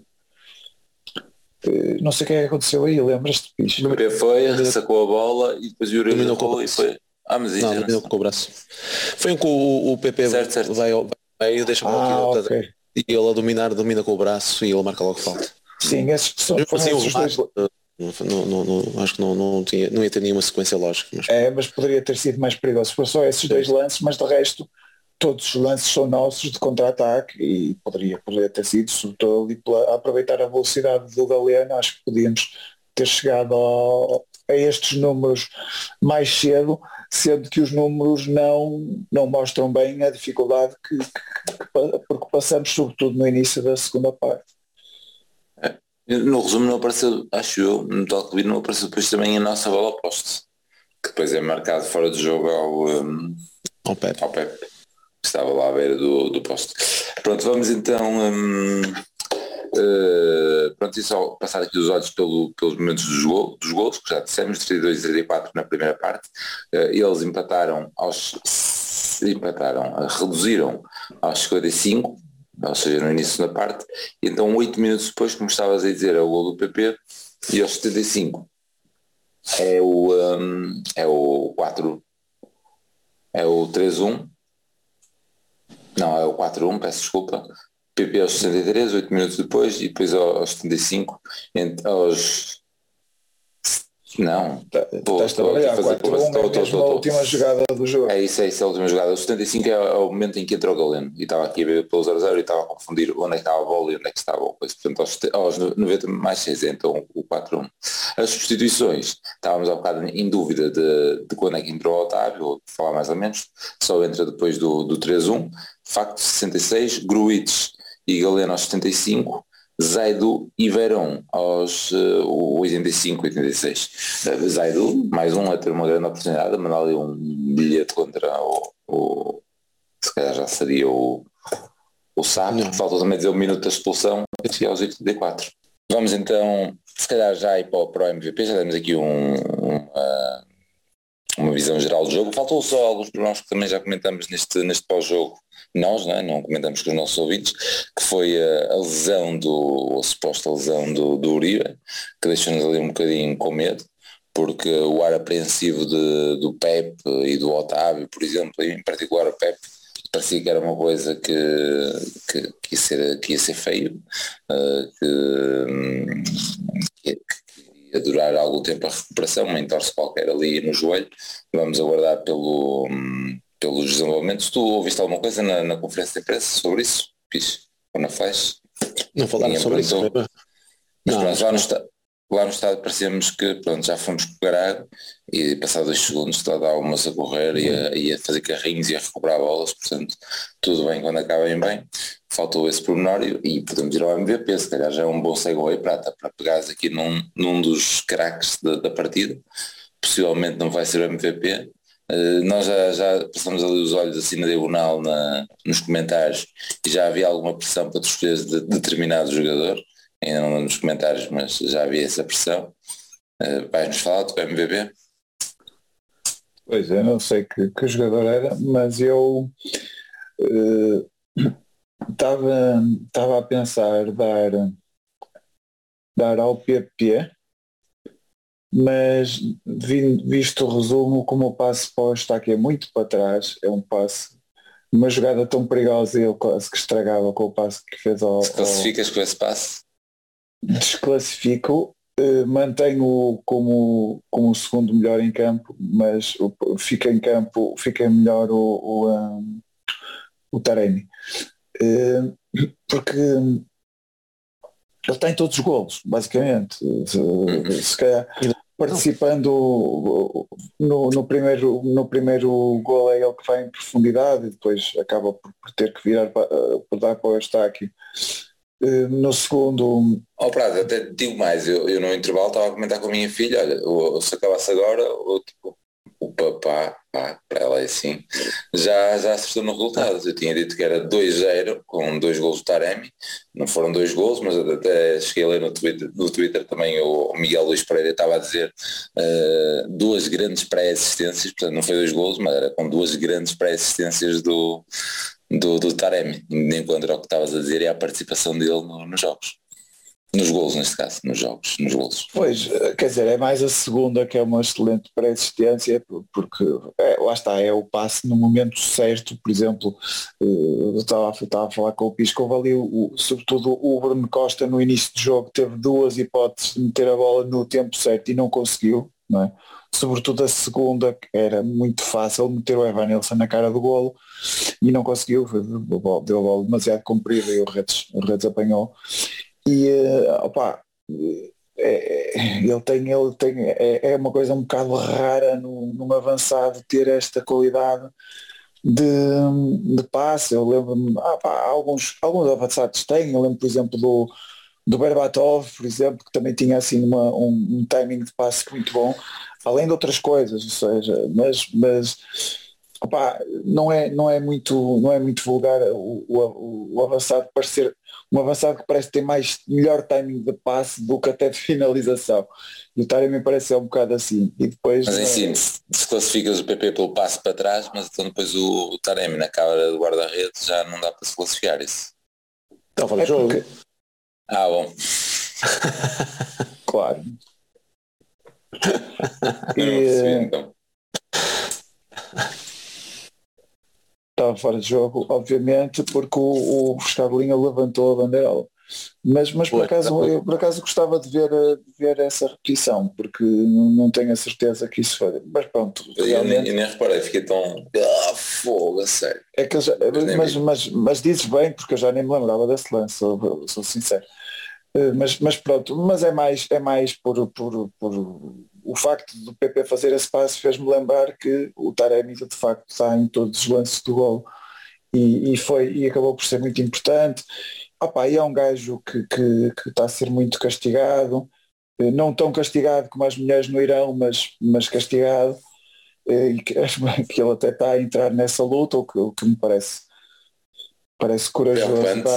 S5: não sei o que é que aconteceu aí, lembras-te?
S3: O PP foi, sacou a bola e depois o Yuri dominou e foi.
S4: Mas isso não, dominou com o braço. Foi que o PP
S3: certo.
S4: vai ao meio, deixa a bola
S5: okay.
S4: E ele a domina com o braço e ele marca logo falta.
S5: Sim, esses são
S4: assim, os dois. Acho que não ia ter nenhuma sequência lógica.
S5: Mas poderia ter sido mais perigoso. Foi só esses dois lances, mas de resto todos os lances são nossos de contra-ataque, e poderia ter sido, sobretudo ali a aproveitar a velocidade do Galeno. Acho que podíamos ter chegado a estes números mais cedo, sendo que os números não mostram bem a dificuldade porque passamos, sobretudo no início da segunda parte.
S3: No resumo não apareceu, acho eu, no tal que não apareceu depois também a nossa bola ao poste, que depois é marcado fora de jogo ao Pepe, que estava lá à beira do poste. Pronto, vamos então Pronto, e só passar aqui os olhos pelos momentos dos golos, que já dissemos, 32 e 34 na primeira parte. Eles reduziram aos 55, ou seja, no início da parte, e então 8 minutos depois, como estavas a dizer, é o gol do PP, e aos 75 é o 4, é o 3-1, não, é o 4-1, peço desculpa. PP aos 63, 8 minutos depois, e depois aos 75, não,
S5: Estás a trabalhar, 4-1 é mesmo a última jogada do jogo.
S3: É isso, a última jogada. O 75 é o momento em que entra o Galeno, e estava aqui a ver pelo 0-0 e estava a confundir onde é que estava a bola e onde é que estava a bola. Portanto, aos 90 mais 6, então o 4-1. As substituições, estávamos há um bocado em dúvida de quando é que entrou o Otávio, ou de falar mais ou menos, só entra depois do 3-1. De facto, 66, Gruitch e Galeno aos 75, Zaidu e Verón aos 85, 86. Zaidu, mais um a ter uma grande oportunidade, a mandar ali um bilhete contra se calhar já seria o Sá, porque faltou também dizer o minuto da expulsão, e aos 84. Vamos então, se calhar já ir para o MVP, já temos aqui uma visão geral do jogo. Faltou só alguns problemas que também já comentamos neste pós-jogo, nós, não comentamos com os nossos ouvintes, que foi a suposta lesão do Uribe, que deixou-nos ali um bocadinho com medo, porque o ar apreensivo do Pepe e do Otávio, por exemplo, e em particular o Pepe, parecia que era uma coisa que ia ser feio, que ia durar algum tempo a recuperação, uma entorse qualquer ali no joelho. Vamos aguardar pelos desenvolvimentos. Tu ouviste alguma coisa na conferência de imprensa sobre isso? Ou na flash?
S4: Não falaram sobre isso.
S3: Mas pronto, lá no estádio parecíamos que pronto, já fomos pegar água e passar 2 segundos estávamos a correr e a fazer carrinhos e a recuperar bolas, portanto tudo bem quando acabem bem. Faltou esse pormenor e podemos ir ao MVP, se calhar já é um bom segue para pegares aqui num dos craques da partida. Possivelmente não vai ser o MVP. Nós já passamos ali os olhos assim na diagonal nos comentários e já havia alguma pressão para tu escolheres determinado jogador, ainda não nos comentários, mas já havia essa pressão. Vais-nos falar do MVP?
S5: Pois é, não sei que jogador era, mas eu estava a pensar dar ao PP, mas visto o resumo, como o passe pós está aqui muito para trás, é um passe, uma jogada tão perigosa, ele quase que estragava com o passe que fez ao...
S3: Classificas com esse passe?
S5: Desclassifico, mantenho como o segundo melhor em campo, mas fica melhor o Taremi, porque ele tem todos os golos, basicamente. Se calhar participando no primeiro gol é ele que vai em profundidade e depois acaba por ter que virar por dar para o Eustáquio. No segundo...
S3: Prado, até digo mais, eu no intervalo estava a comentar com a minha filha, olha, se acabasse agora, o papá, para ela é assim, já acertou no resultado. Eu tinha dito que era 2-0 com 2 golos do Taremi, não foram 2 golos, mas até cheguei a ler no Twitter também o Miguel Luís Pereira estava a dizer 2 grandes pré-assistências, portanto não foi 2 golos, mas era com 2 grandes pré-assistências do Taremi, nem contra o que estavas a dizer, é a participação dele nos jogos. Nos golos, neste caso, nos golos.
S5: Pois, quer dizer, é mais a segunda que é uma excelente pré-existência, porque lá está, é o passe no momento certo. Por exemplo, eu estava a falar com o Pisco, ali sobretudo o Bruno Costa no início do jogo teve 2 hipóteses de meter a bola no tempo certo e não conseguiu, não é? Sobretudo a segunda, que era muito fácil meter o Evanilson na cara do golo e não conseguiu, deu a bola demasiado comprida e o Redes apanhou. E ele tem uma coisa um bocado rara num avançado ter esta qualidade de passe. Eu lembro-me, alguns avançados têm, eu lembro por exemplo do Berbatov, por exemplo, que também tinha assim um timing de passe muito bom, além de outras coisas, ou seja, mas Opa, não é muito vulgar o avançado parecer um avançado que parece ter melhor timing de passe do que até de finalização. E o Taremi parece ser um bocado assim. E depois
S3: Mas em se classificas o PP pelo passe para trás, mas então depois o Taremi na câmara do guarda-redes já não dá para se classificar isso.
S4: Então fala de jogo.
S5: porque,
S3: Bom.
S5: claro.
S3: Eu não percebi, então.
S5: Estava fora de jogo, obviamente, porque o Gustavo Linha levantou a bandeirola. Mas por acaso eu por acaso gostava de ver essa repetição, porque não tenho a certeza que isso foi. Mas pronto,
S3: Eu nem reparei, fiquei tão. Fogo, a sério.
S5: é que mas dizes bem, porque eu já nem me lembrava desse lance, sou sincero. Mas pronto, mas é mais por o facto do PP fazer esse passe fez-me lembrar que o Taremi de facto está em todos os lances do gol e acabou por ser muito importante. E é um gajo que está a ser muito castigado, não tão castigado como as mulheres no Irão, mas castigado, e que ele até está a entrar nessa luta, o que me parece corajoso.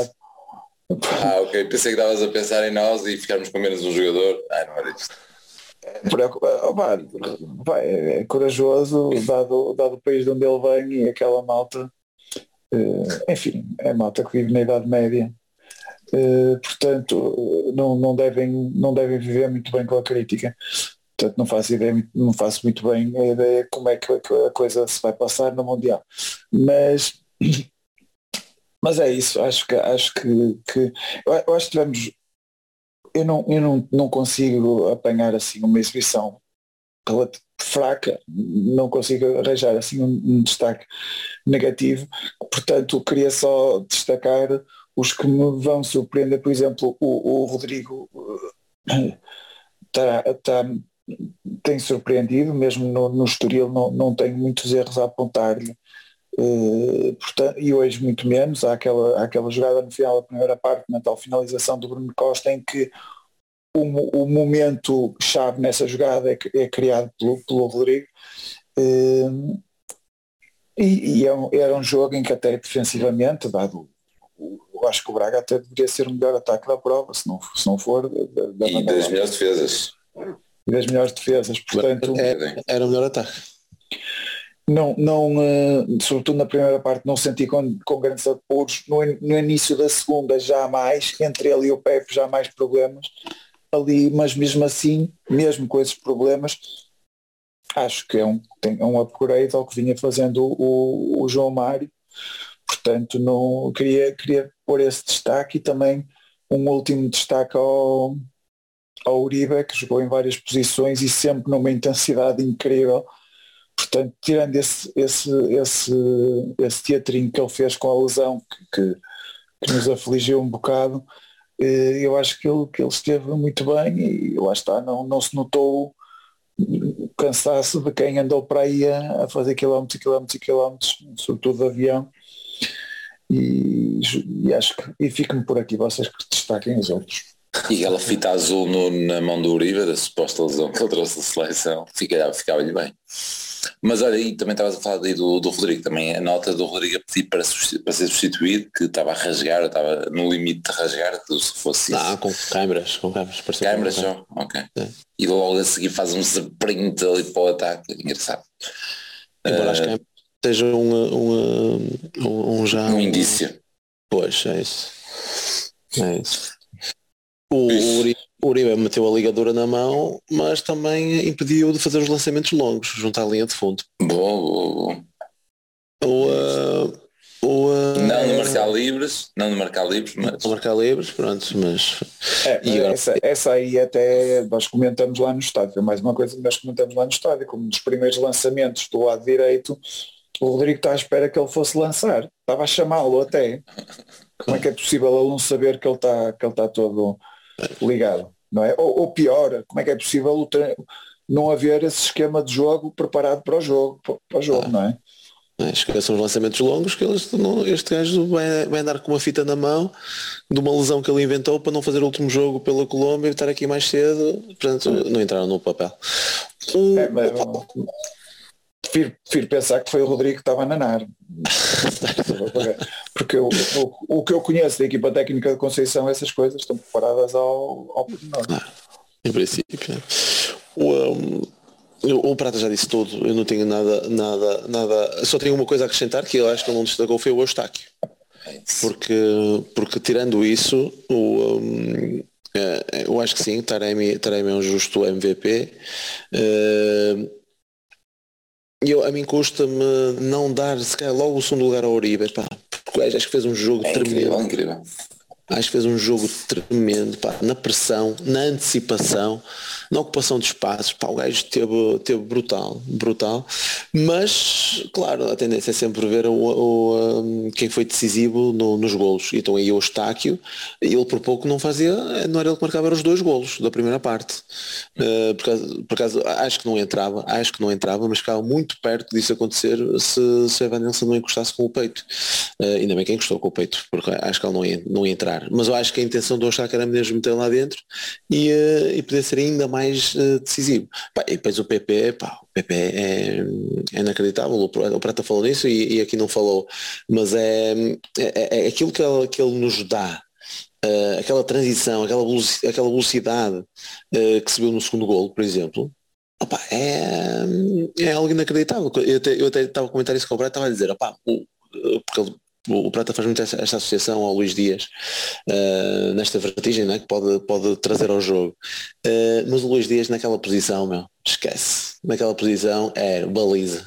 S3: Ok, pensei que estavas a pensar em nós e ficarmos com menos um jogador. Não era isto.
S5: É corajoso dado o país de onde ele vem e aquela malta, enfim, é malta que vive na Idade Média, portanto não devem viver muito bem com a crítica, portanto não faço muito bem a ideia como é que a coisa se vai passar no Mundial, mas é isso, acho que eu acho que tivemos. Eu não consigo apanhar assim uma exibição fraca, não consigo arranjar assim um destaque negativo, portanto queria só destacar os que me vão surpreender. Por exemplo, o Rodrigo tem surpreendido, mesmo no Estoril não tem muitos erros a apontar-lhe. Portanto, e hoje muito menos. Há aquela jogada no final da primeira parte, na tal finalização do Bruno Costa, em que o momento chave nessa jogada é criado pelo Rodrigo, era um jogo em que até defensivamente, eu acho que o Braga até deveria ser o melhor ataque da prova, se não for
S3: e das melhores defesas,
S5: portanto
S4: era o melhor ataque.
S5: Não, sobretudo na primeira parte não senti com grandes apuros. No início da segunda já mais, entre ele e o Pepe já mais problemas ali, mas mesmo assim, mesmo com esses problemas, acho que é um upgrade ao que vinha fazendo o João Mário. Portanto, não queria pôr esse destaque, e também um último destaque ao Uribe, que jogou em várias posições e sempre numa intensidade incrível. Portanto, tirando esse teatrinho que ele fez com a lesão que nos afligiu um bocado, eu acho que ele esteve muito bem, e lá está, não se notou o cansaço de quem andou para aí a fazer quilómetros, sobretudo de avião, e acho que fico-me por aqui, vocês que destaquem os outros.
S3: E aquela fita azul na mão do Uribe, da suposta lesão que ele trouxe da seleção, ficava-lhe bem. Mas olha, e também estavas a falar aí do Rodrigo, também a nota do Rodrigo a pedir para ser substituído, que estava a rasgar, estava no limite de rasgar, se fosse isso.
S4: Com câmeras.
S3: Câmeras só, ok. É. E logo a seguir faz um sprint ali para o ataque, engraçado.
S4: Embora as câmeras sejam um
S3: indício.
S4: Pois, é isso. O Uribe meteu a ligadura na mão, mas também impediu de fazer os lançamentos longos junto à linha de fundo.
S3: Boa. Não de marcar livres, mas...
S4: Não marcar livres, pronto, mas...
S5: Essa aí até nós comentamos lá no estádio, é mais uma coisa que nós comentamos lá no estádio, como nos primeiros lançamentos do lado direito, o Rodrigo está à espera que ele fosse lançar, estava a chamá-lo até. Como é que é possível ele não saber que ele está todo ligado, não é? Ou pior, como é que é possível não haver esse esquema de jogo preparado para o jogo, não é?
S4: São os lançamentos longos que este gajo vai andar com uma fita na mão de uma lesão que ele inventou para não fazer o último jogo pela Colômbia e estar aqui mais cedo, portanto não entraram no papel.
S5: prefiro pensar que foi o Rodrigo que estava a nanar. Porque o que eu conheço da equipa técnica de Conceição, essas coisas estão preparadas ao pormenor.
S4: Em princípio, né? O Prata já disse tudo, eu não tenho nada, só tenho uma coisa a acrescentar que eu acho que ele não destacou, foi o Eustáquio. Porque tirando isso, eu acho que sim, Taremi é um justo MVP. A mim custa-me não dar, se calhar, logo o segundo lugar ao Uribe, pá, porque acho que fez um jogo tremendo.
S3: Incrível.
S4: Acho que fez um jogo tremendo, pá, na pressão, na antecipação, na ocupação de espaços, pá, o gajo teve brutal, mas claro, a tendência é sempre ver quem foi decisivo nos golos. Então aí o Eustáquio, ele por pouco não era ele que marcava, eram os 2 golos da primeira parte. Por acaso acho que não entrava, mas ficava muito perto disso acontecer se o Evanilson não encostasse com o peito. Ainda bem que encostou com o peito, porque acho que ele não ia entrar. Mas eu acho que a intenção do Eustáquio era mesmo meter lá dentro e poder ser ainda mais decisivo. Pá, e depois o PP é inacreditável, o Prata falou nisso e aqui não falou, mas é aquilo que ele nos dá, aquela transição, aquela velocidade que se viu no segundo golo, por exemplo. Opa, é algo inacreditável. Eu até estava a comentar isso com o Prata, estava a dizer, porque o Prata faz muito esta associação ao Luís Dias, nesta vertigem, né, que pode trazer ao jogo, mas o Luís Dias naquela posição, esquece, naquela posição é baliza.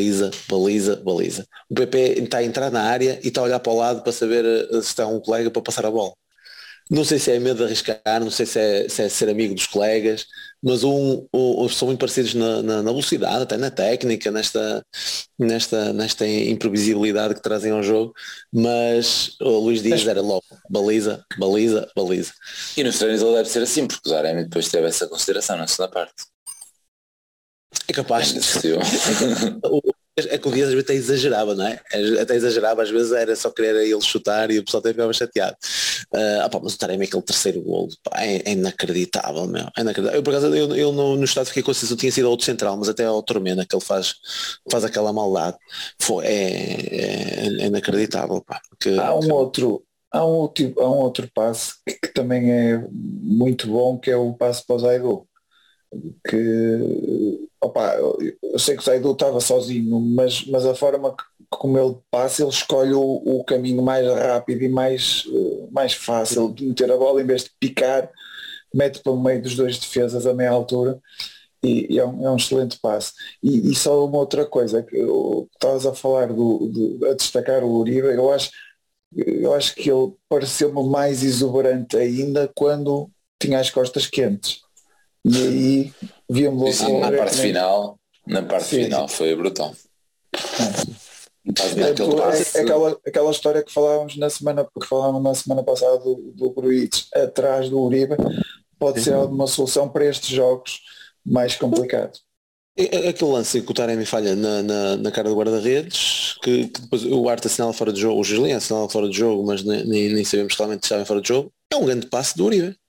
S4: O PP está a entrar na área e está a olhar para o lado para saber se está um colega para passar a bola. Não sei se é medo de arriscar, não sei se é ser amigo dos colegas, mas são muito parecidos na velocidade, até na técnica, nesta imprevisibilidade que trazem ao jogo, mas o Luís Dias era logo, baliza.
S3: E nos treinos ele deve ser assim, porque o Taremi depois teve essa consideração na segunda parte.
S4: É capaz. É que o Dias às vezes até exagerava, não é? Até exagerava, às vezes era só querer ele chutar e o pessoal até ficava chateado. Mas o Taremi, aquele terceiro golo, é inacreditável, é inacreditável. Eu por acaso, eu no estado fiquei com a sensação, tinha sido outro central, mas até ao Tormena que ele faz aquela maldade. É inacreditável, pá.
S5: Há um outro passe que também é muito bom, que é o passe para o Zaidu. Eu sei que o Zaidu estava sozinho, mas a forma como ele passa, ele escolhe o caminho mais rápido e mais fácil de meter a bola, em vez de picar, mete para o meio dos 2 defesas a meia altura e é um excelente passe. E só uma outra coisa, que estavas a falar a destacar o Uribe, eu acho que ele pareceu-me mais exuberante ainda quando tinha as costas quentes. E aí víamos
S3: na parte final foi brutal.
S5: Aquela história que falávamos na semana passada do Gruitch atrás do Uribe pode ser uma solução para estes jogos mais complicados.
S4: Aquele lance que o Taremi falha na cara do guarda-redes, que depois o Arte assinala fora de jogo, o Julián assinala fora de jogo, mas nem sabemos realmente se estava fora de jogo, é um grande passe do Uribe.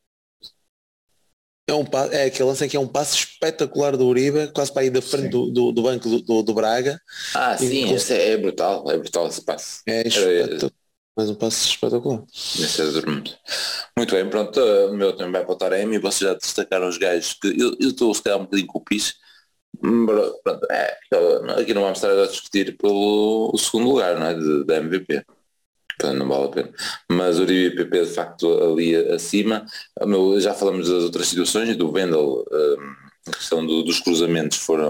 S4: É aquele lance em que é um passe espetacular do Uribe, quase para ir da frente do banco do Braga.
S3: Sim, é brutal esse passe.
S4: É espetacular, mas um passe espetacular.
S3: Muito bem, pronto, o meu também vai para o Taremi, e vocês já destacaram os gajos que eu estou se calhar um bocadinho com o Pis. Pronto, aqui não vamos estar a discutir pelo segundo lugar, não é, da MVP. Não vale a pena, mas Uribe e PP de facto ali acima. Já falamos das outras situações e do Wendel, a questão dos cruzamentos foi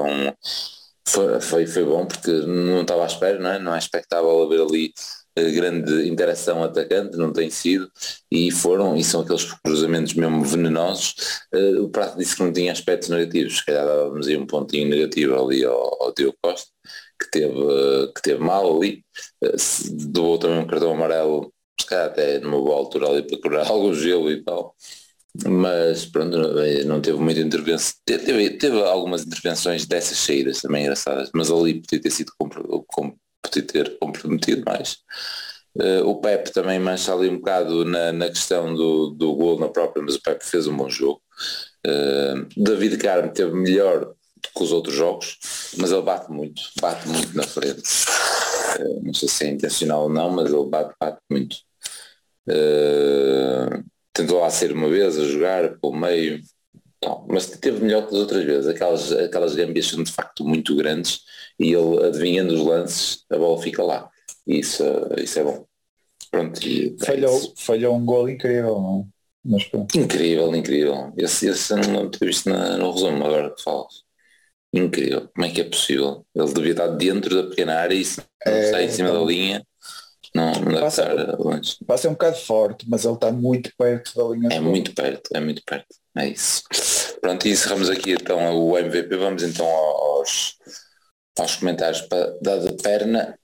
S3: bom, porque não estava à espera, não é expectável haver ali grande interação atacante, não tem sido, e são aqueles cruzamentos mesmo venenosos. O Prato disse que não tinha aspectos negativos, se calhar dávamos aí um pontinho negativo ali ao Diogo Costa, que teve mal ali, doou também um cartão amarelo, se calhar até numa boa altura ali para curar algum gelo e tal, mas pronto, não teve muita intervenção, teve algumas intervenções dessas saídas também engraçadas, mas ali podia ter comprometido mais. O Pepe também mancha ali um bocado na questão do gol na própria, mas o Pepe fez um bom jogo. David Carmo teve melhor que os outros jogos, mas ele bate muito na frente. Não sei se é intencional ou não, mas ele bate muito. Tentou lá ser uma vez a jogar pelo meio, não, mas teve melhor que as outras vezes. Aquelas gambias são de facto muito grandes e ele, adivinhando os lances, a bola fica lá. E isso é bom. Pronto,
S5: falhou um gol incrível, não? Mas pronto.
S3: Incrível. Esse eu não tinha visto no resumo, agora que falas. Incrível, como é que é possível? Ele devia estar dentro da pequena área e se não sai em cima da linha, não deve estar longe.
S5: Passa um bocado forte, mas ele está muito perto da linha.
S3: É muito perto, é isso. Pronto, e encerramos aqui então o MVP. Vamos então aos comentários para dar de perna.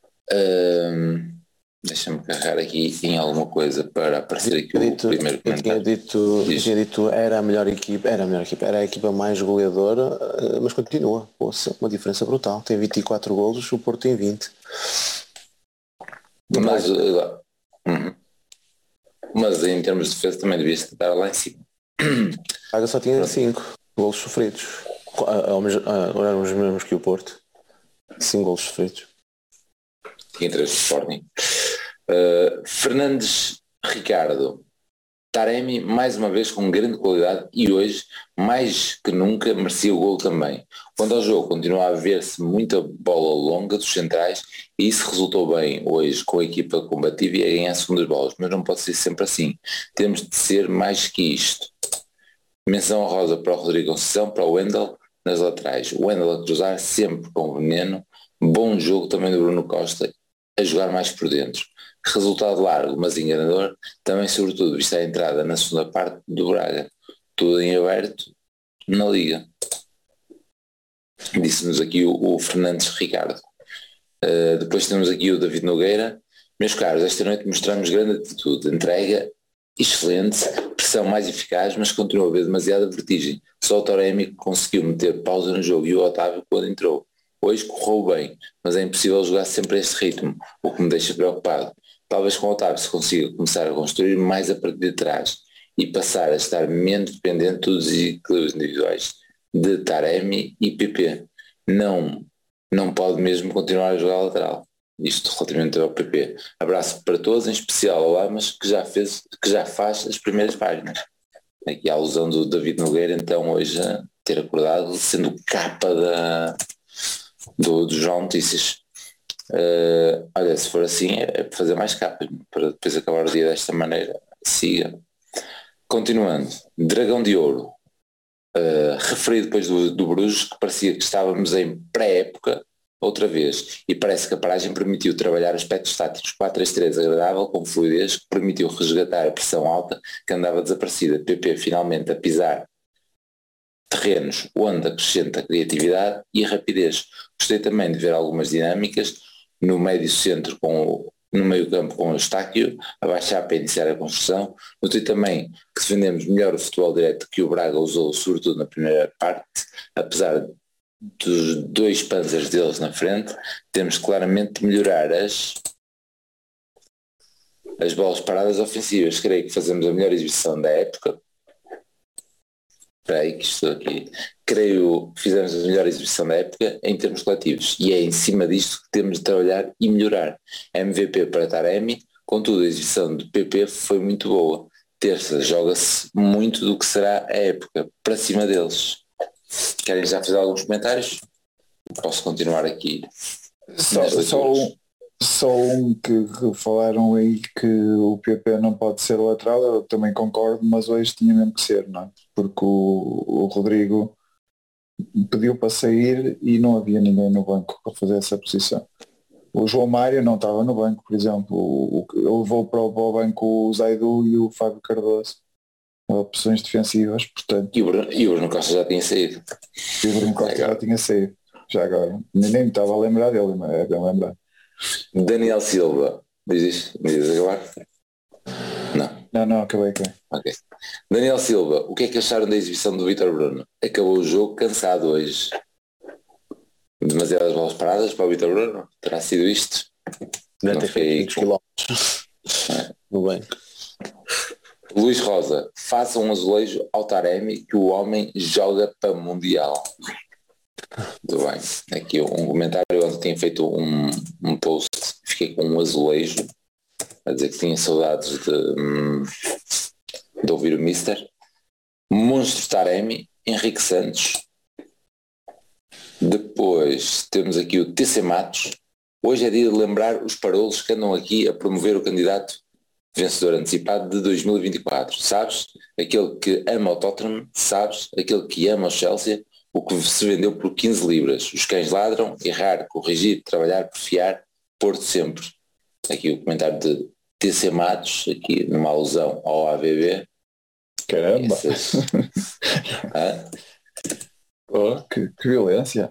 S3: Deixa-me carregar aqui em alguma coisa para aparecer aqui o primeiro comentário.
S4: Eu tinha dito era a melhor equipa, era a equipa mais goleadora, mas continua, uma diferença brutal. Tem 24 golos, o Porto tem 20.
S3: Mas em termos de defesa também devia estar lá em cima.
S4: A Braga só tinha 5 golos sofridos, agora os mesmos que o Porto, 5 golos sofridos.
S3: Tinha 3 de Sporting. Fernandes Ricardo, Taremi mais uma vez com grande qualidade e hoje mais que nunca merecia o gol também. Quanto ao jogo, continua a ver-se muita bola longa dos centrais e isso resultou bem hoje com a equipa combativa e a ganhar segundas bolas, mas não pode ser sempre assim. Temos de ser mais que isto. Menção rosa para o Rodrigo Conceição, para o Wendel nas laterais. O Wendel a cruzar sempre com veneno. Bom jogo também do Bruno Costa a jogar mais por dentro. Resultado largo, mas enganador, também sobretudo vista a entrada na segunda parte do Braga. Tudo em aberto na Liga. Disse-nos aqui o Fernandes Ricardo. Depois temos aqui o David Nogueira. Meus caros, esta noite mostramos grande atitude, entrega excelente, pressão mais eficaz, mas continua a haver demasiada vertigem. Só o Taremi conseguiu meter pausa no jogo e o Otávio quando entrou. Hoje correu bem, mas é impossível jogar sempre a este ritmo, o que me deixa preocupado. Talvez com o Otávio se consiga começar a construir mais a partir de trás e passar a estar menos dependente dos equilíbrios individuais de Taremi e PP. Não pode mesmo continuar a jogar a lateral. Isto relativamente ao PP. Abraço para todos, em especial ao Lamas, que já faz as primeiras páginas. Aqui a alusão do David Nogueira, então, hoje a ter acordado, sendo capa do João Notícias. Olha, se for assim é para fazer mais capas para depois acabar o dia desta maneira. Siga. Continuando, Dragão de Ouro, referido depois do Bruges, que parecia que estávamos em pré-época outra vez, e parece que a paragem permitiu trabalhar aspectos táticos 4-3-3 agradável, com fluidez, que permitiu resgatar a pressão alta que andava desaparecida. PP finalmente a pisar terrenos onde acrescenta a criatividade e a rapidez. Gostei também de ver algumas dinâmicas no médio centro, no meio campo com o Eustáquio, a baixar para iniciar a construção. Notei também que defendemos melhor o futebol direto que o Braga usou, sobretudo na primeira parte, apesar dos 2 panzers deles na frente. Temos claramente de melhorar as bolas paradas ofensivas. Creio que fazemos a melhor exibição da época. Espera aí que estou aqui. Creio que fizemos a melhor exibição da época em termos coletivos e é em cima disto que temos de trabalhar e melhorar. MVP para Taremi, contudo a exibição do PP foi muito boa. Terça joga-se muito do que será a época, para cima deles. Querem já fazer alguns comentários? Posso continuar aqui?
S5: Só um que falaram aí que o PP não pode ser lateral, eu também concordo, mas hoje tinha mesmo que ser, não é? Porque o Rodrigo pediu para sair e não havia ninguém no banco para fazer essa posição. O João Mário não estava no banco, por exemplo, ele levou para o banco o Zaidu e o Fábio Cardoso, opções defensivas, portanto.
S3: E o Bruno Costa já tinha saído.
S5: E o Bruno Costa já tinha saído, já agora. Nem me estava a lembrar dele, mas é bem lembrar.
S3: Daniel Silva, diz acabar?
S5: Não, acabei.
S3: Ok. Daniel Silva, o que é que acharam da exibição do Vítor Bruno? Acabou o jogo cansado hoje. Demasiadas bolas paradas para o Vítor Bruno? Terá sido isto?
S4: Deve ter feito 20 km no banco.
S3: Luís Rosa, faça um azulejo ao Taremi que o homem joga para Mundial. Muito bem. Aqui um comentário, eu ontem tinha feito um post, fiquei com um azulejo, a dizer que tinha saudades de ouvir o Mister. Monstro Taremi, Henrique Santos. Depois temos aqui o TC Matos. Hoje é dia de lembrar os parolos que andam aqui a promover o candidato vencedor antecipado de 2024. Sabes? Aquele que ama o Tottenham, sabes? Aquele que ama o Chelsea, o que se vendeu por 15 libras. Os cães ladram, errar, corrigir, trabalhar, porfiar, Porto sempre. Aqui o comentário de TC Matos, aqui numa alusão ao AVB.
S5: Caramba! Oh, que violência!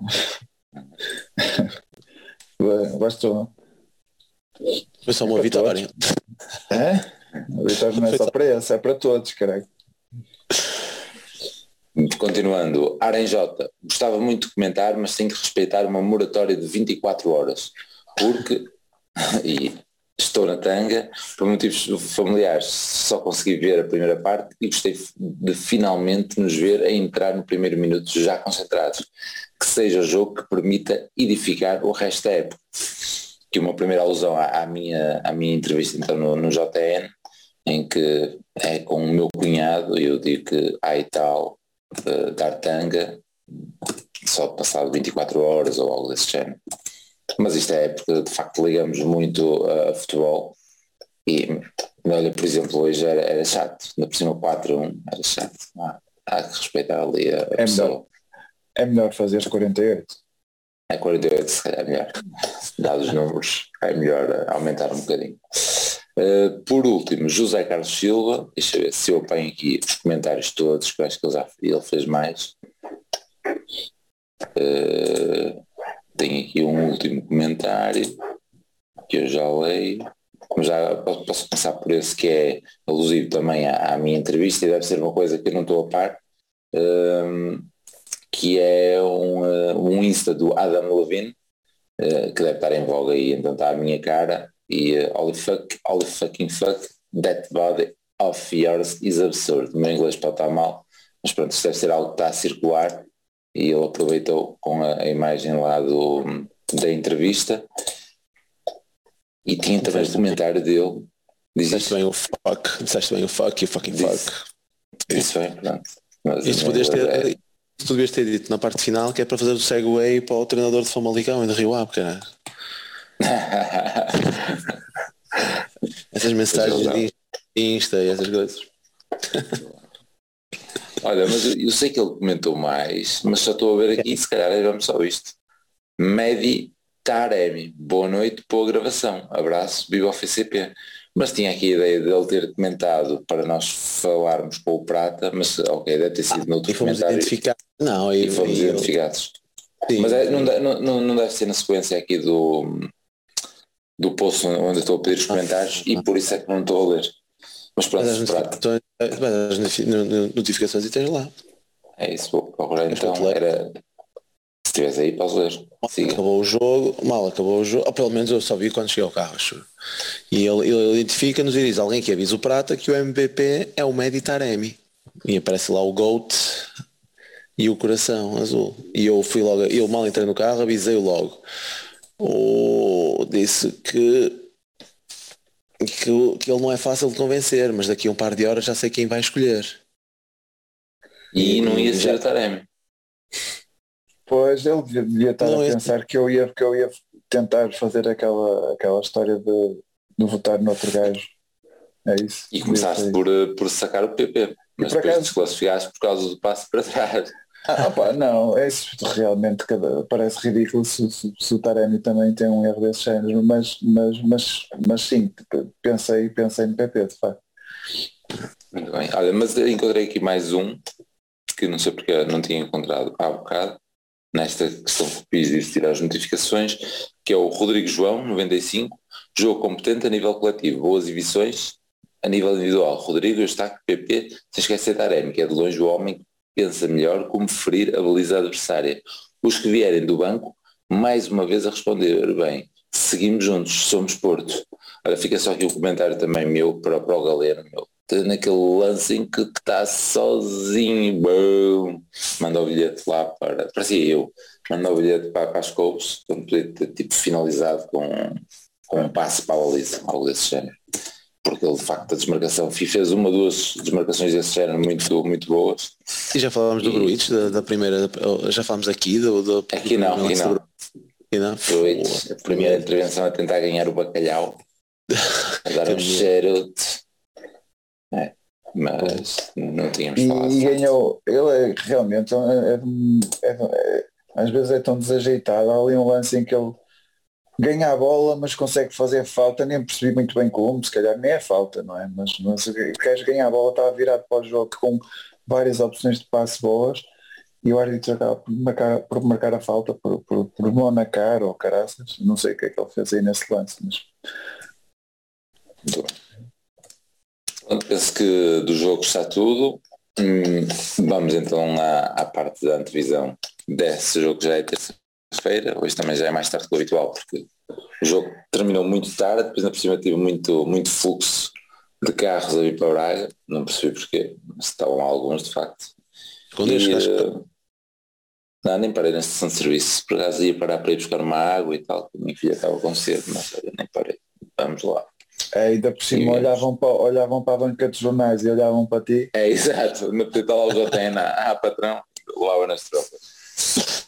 S5: Bastou.
S4: Foi só uma vitória.
S5: É? A vitória não é só para essa, é para todos, caralho.
S3: Continuando, Arenjota, gostava muito de comentar, mas tenho que respeitar uma moratória de 24 horas, porque, e estou na tanga, por motivos familiares, só consegui ver a primeira parte e gostei de finalmente nos ver a entrar no primeiro minuto já concentrados, que seja o jogo que permita edificar o resto da época. Que uma primeira alusão à minha entrevista então no JN, em que é com o meu cunhado e eu digo que há e tal dar tanga só passado 24 horas ou algo desse género. Mas isto é porque de facto ligamos muito a futebol e olha, por exemplo, hoje era chato, na por cima 4-1 era chato. Há que respeitar ali a pessoa.
S5: É melhor fazer 48.
S3: É 48, se calhar é melhor. Dados os números, é melhor aumentar um bocadinho. Por último, José Carlos Silva, deixa eu ver se eu apanho aqui os comentários todos, que eu acho que ele fez mais. Tenho aqui um último comentário que eu já leio. Já posso começar por esse, que é alusivo também à minha entrevista e deve ser uma coisa que eu não estou a par. Que é um Insta do Adam Levine, que deve estar em voga aí, então está à minha cara, e holy fucking fuck, that body of yours is absurd. O meu inglês pode estar mal, mas pronto, isto deve ser algo que está a circular, e ele aproveitou com a imagem lá da entrevista, e tinha também o comentário dele.
S4: Disseste bem o fuck, e o fucking fuck.
S3: Isso bem, pronto. Mas
S4: isto tu devias ter dito na parte final, que é para fazer o segue para o treinador de Famalicão e de Rio Ave, cara. Essas mensagens de Insta e essas coisas.
S3: Olha, mas eu sei que ele comentou mais, mas só estou a ver aqui, se calhar vamos só isto. Medi Taremi, boa noite, boa gravação, abraço, viva o FCP. Mas tinha aqui a ideia de ele ter comentado para nós falarmos com o Prata, mas ok, deve ter sido noutro comentário. E fomos identificados. Sim, mas não deve ser na sequência aqui do post onde eu estou a pedir os comentários e por isso é que não estou a ler. Mas pronto, Prata.
S4: As notificações e tens lá.
S3: É isso, vou procurar então. Se estiveres aí, podes ler. Siga.
S4: Acabou o jogo, ou pelo menos eu só vi quando cheguei ao carro, acho. E ele identifica-nos e diz: alguém que avisa o Prata que o MVP é o Medi Taremi. E aparece lá o GOAT e o coração azul. E eu fui logo, eu mal entrei no carro, avisei-o logo. Disse que ele não é fácil de convencer, mas daqui a um par de horas já sei quem vai escolher.
S3: E não ia ser o Taremi.
S5: Pois ele devia estar a pensar que eu ia tentar fazer aquela história de votar no outro gajo. É isso.
S3: E começaste por sacar o PP, mas depois desclassificaste por causa do passo para trás.
S5: Não, isso realmente parece ridículo se o Taremi também tem um erro desse género, mas sim, pensei no PP, de facto.
S3: Muito bem, olha, mas encontrei aqui mais um, que não sei porque não tinha encontrado há bocado, nesta questão que fiz de tirar as notificações, que é o Rodrigo João, 95, jogo competente a nível coletivo, boas exibições a nível individual. Rodrigo, eu destaco PP, sem esquecer Taremi, que é de longe o homem que pensa melhor como ferir a baliza adversária. Os que vierem do banco, mais uma vez a responder bem, seguimos juntos, somos Porto. Olha, fica só aqui o comentário também meu para o Galeno, meu naquele lance em que está sozinho, bum, manda o bilhete lá parecia eu, manda o bilhete para as couves, quando podia ter tipo finalizado com um passe para a baliza, algo desse género. Porque ele de facto a desmarcação fez duas desmarcações desse género muito, muito boas.
S4: E já falámos do Gruitch, da primeira, já falámos aqui
S3: aqui não. Gruitch, a primeira intervenção a tentar ganhar o bacalhau, a dar um cheiro, mas não tínhamos falado.
S5: E ganhou, ele realmente às vezes é tão desajeitado. Há ali um lance em que ele ganha a bola, mas consegue fazer falta, nem percebi muito bem como, se calhar nem é falta, não é? Mas o gajo ganha a bola, está virado para o jogo com várias opções de passe boas e o árbitro acaba por marcar a falta, por mão na cara ou caraças, não sei o que é que ele fez aí nesse lance, mas...
S3: Muito bem. Penso que do jogo está tudo. Vamos então à parte da antevisão desse jogo que já é terça-feira. Hoje também já é mais tarde que o habitual, porque o jogo terminou muito tarde, depois na por cima tive muito fluxo de carros a vir para Braga, não percebi porquê, mas estavam alguns de facto. Não, nem parei na estação de serviço, por acaso ia parar para ir buscar uma água e tal, minha filha estava com sede, mas olha, nem parei, vamos lá.
S5: Ainda por cima olhavam para a banca de jornais e olhavam para ti.
S3: É, exato, no PT lá o JN, patrão, lava nas tropas.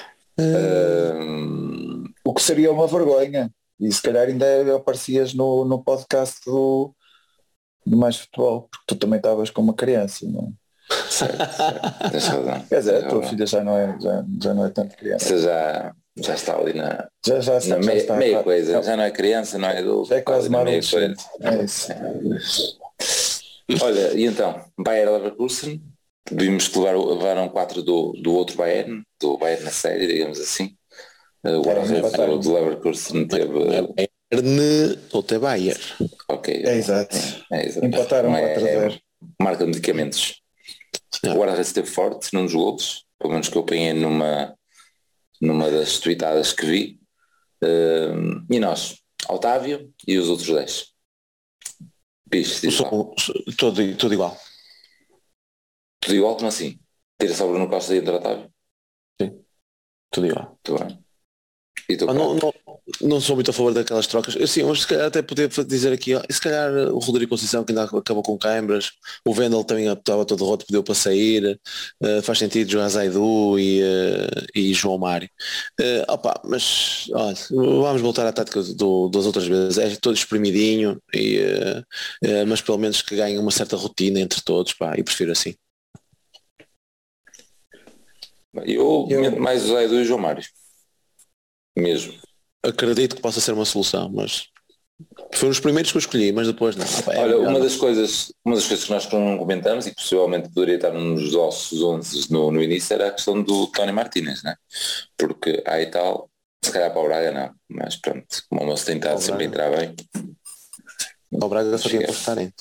S5: O que seria uma vergonha, e se calhar ainda aparecias no podcast do Mais Futebol, porque tu também estavas com uma criança, não é?
S3: Certo. Tens razão.
S5: Quer dizer, a tua filha já não é tanto criança.
S3: Você já está ali na
S5: meia
S3: coisa, já não é criança, não é adulto.
S5: Já é quase uma
S3: adolescente.
S5: É isso.
S3: Olha, e então, Bayer Leverkusen, vimos que levaram 4 do outro Bayern, do Bayern na série, digamos assim. O guarda-redes do Leverkusen teve...
S4: Bayern ou até Bayer.
S3: Ok.
S5: É exato. Empataram 4-0.
S3: Marca medicamentos. O guarda-redes esteve forte num dos golos, pelo menos que eu apanhei numa das tweetadas que vi. E nós, Otávio e os outros 10. Bicho,
S4: tudo igual.
S3: Tudo igual, como assim? Tira só o Bruno Costa e entra Otávio?
S4: Sim, tudo igual.
S3: Muito bem.
S4: Não sou muito a favor daquelas trocas. Eu sim, mas se calhar até poder dizer aqui, se calhar o Rodrigo Conceição, que ainda acabou com câimbras, o Vendel também estava todo roto, pediu para sair, faz sentido jogar Zaidu e João Mário. Mas olha, vamos voltar à tática das outras vezes, é todo espremidinho, mas pelo menos que ganhe uma certa rotina entre todos, e prefiro assim.
S3: Eu mais o Zaidu e o João Mário. Mesmo.
S4: Acredito que possa ser uma solução, mas foram os primeiros que eu escolhi, mas depois não.
S3: Olha, uma das coisas que nós não comentamos e que possivelmente poderia estar nos nossos 11 no início era a questão do Tony Martínez, né? Porque aí tal, se calhar para o Braga não, mas pronto, como o moço tem estado sempre a entrar bem.
S4: O Braga só tinha para estar em.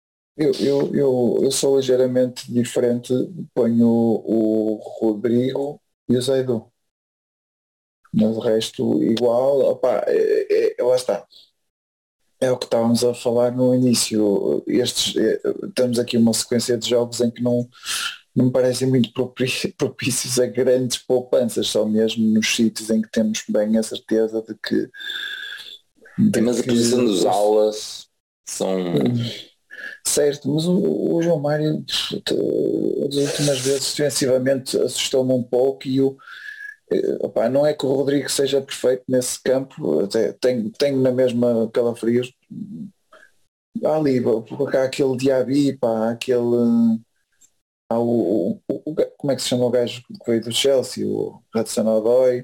S5: Eu sou ligeiramente diferente, ponho o Rodrigo e o Zaidu. Mas o resto igual, lá está. É o que estávamos a falar no início. Temos aqui uma sequência de jogos em que não me parecem muito propícios a grandes poupanças, só mesmo nos sítios em que temos bem a certeza de que...
S3: Mas a posição dos aulas são...
S5: Certo, mas o João Mário as últimas vezes defensivamente assustou-me um pouco e não é que o Rodrigo seja perfeito nesse campo, até tenho na mesma calafrios ali, há aquele Diaby, aquele como é que se chama o gajo que veio do Chelsea, o Hudson-Odoi,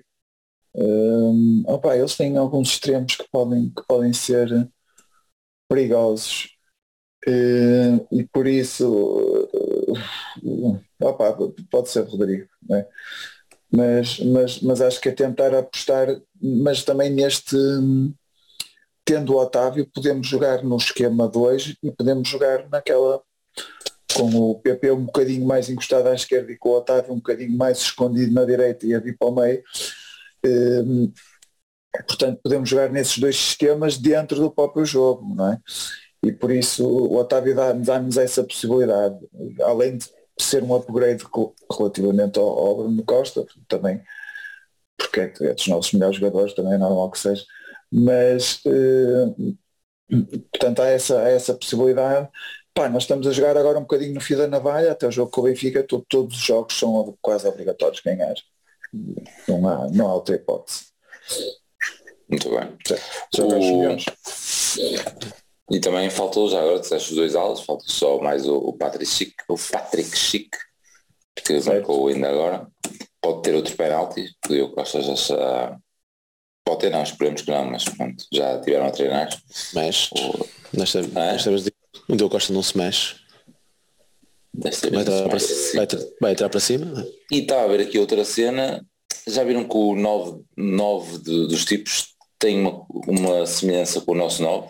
S5: eles têm alguns extremos que podem ser perigosos, e por isso pode ser Rodrigo, não é? Mas acho que é tentar apostar, mas também tendo o Otávio, podemos jogar no esquema 2 e podemos jogar naquela com o PP um bocadinho mais encostado à esquerda e com o Otávio um bocadinho mais escondido na direita e a vir para o meio. Portanto, podemos jogar nesses dois sistemas dentro do próprio jogo, não é? E por isso o Otávio dá-nos essa possibilidade, além de ser um upgrade relativamente ao Bruno Costa, também, porque é dos nossos melhores jogadores, também é normal que seja, mas portanto há essa possibilidade. Pá, nós estamos a jogar agora um bocadinho no fio da navalha, até o jogo com o Benfica, todos os jogos são quase obrigatórios ganhar. Não há outra hipótese.
S3: Muito bem.
S5: Jogar os melhores.
S3: E também faltou, já agora disseste os 2 alas, falta só mais o Patrick Schick, que marcou ainda agora. Pode ter outro penalti, que eu Costa já pode ter, não, esperemos que não, mas pronto, já tiveram a treinar.
S4: Mas nesta vez o Diogo Costa não se mexe. Vai entrar para cima.
S3: E está a ver aqui outra cena. Já viram que o 9 dos tipos tem uma semelhança com o nosso 9?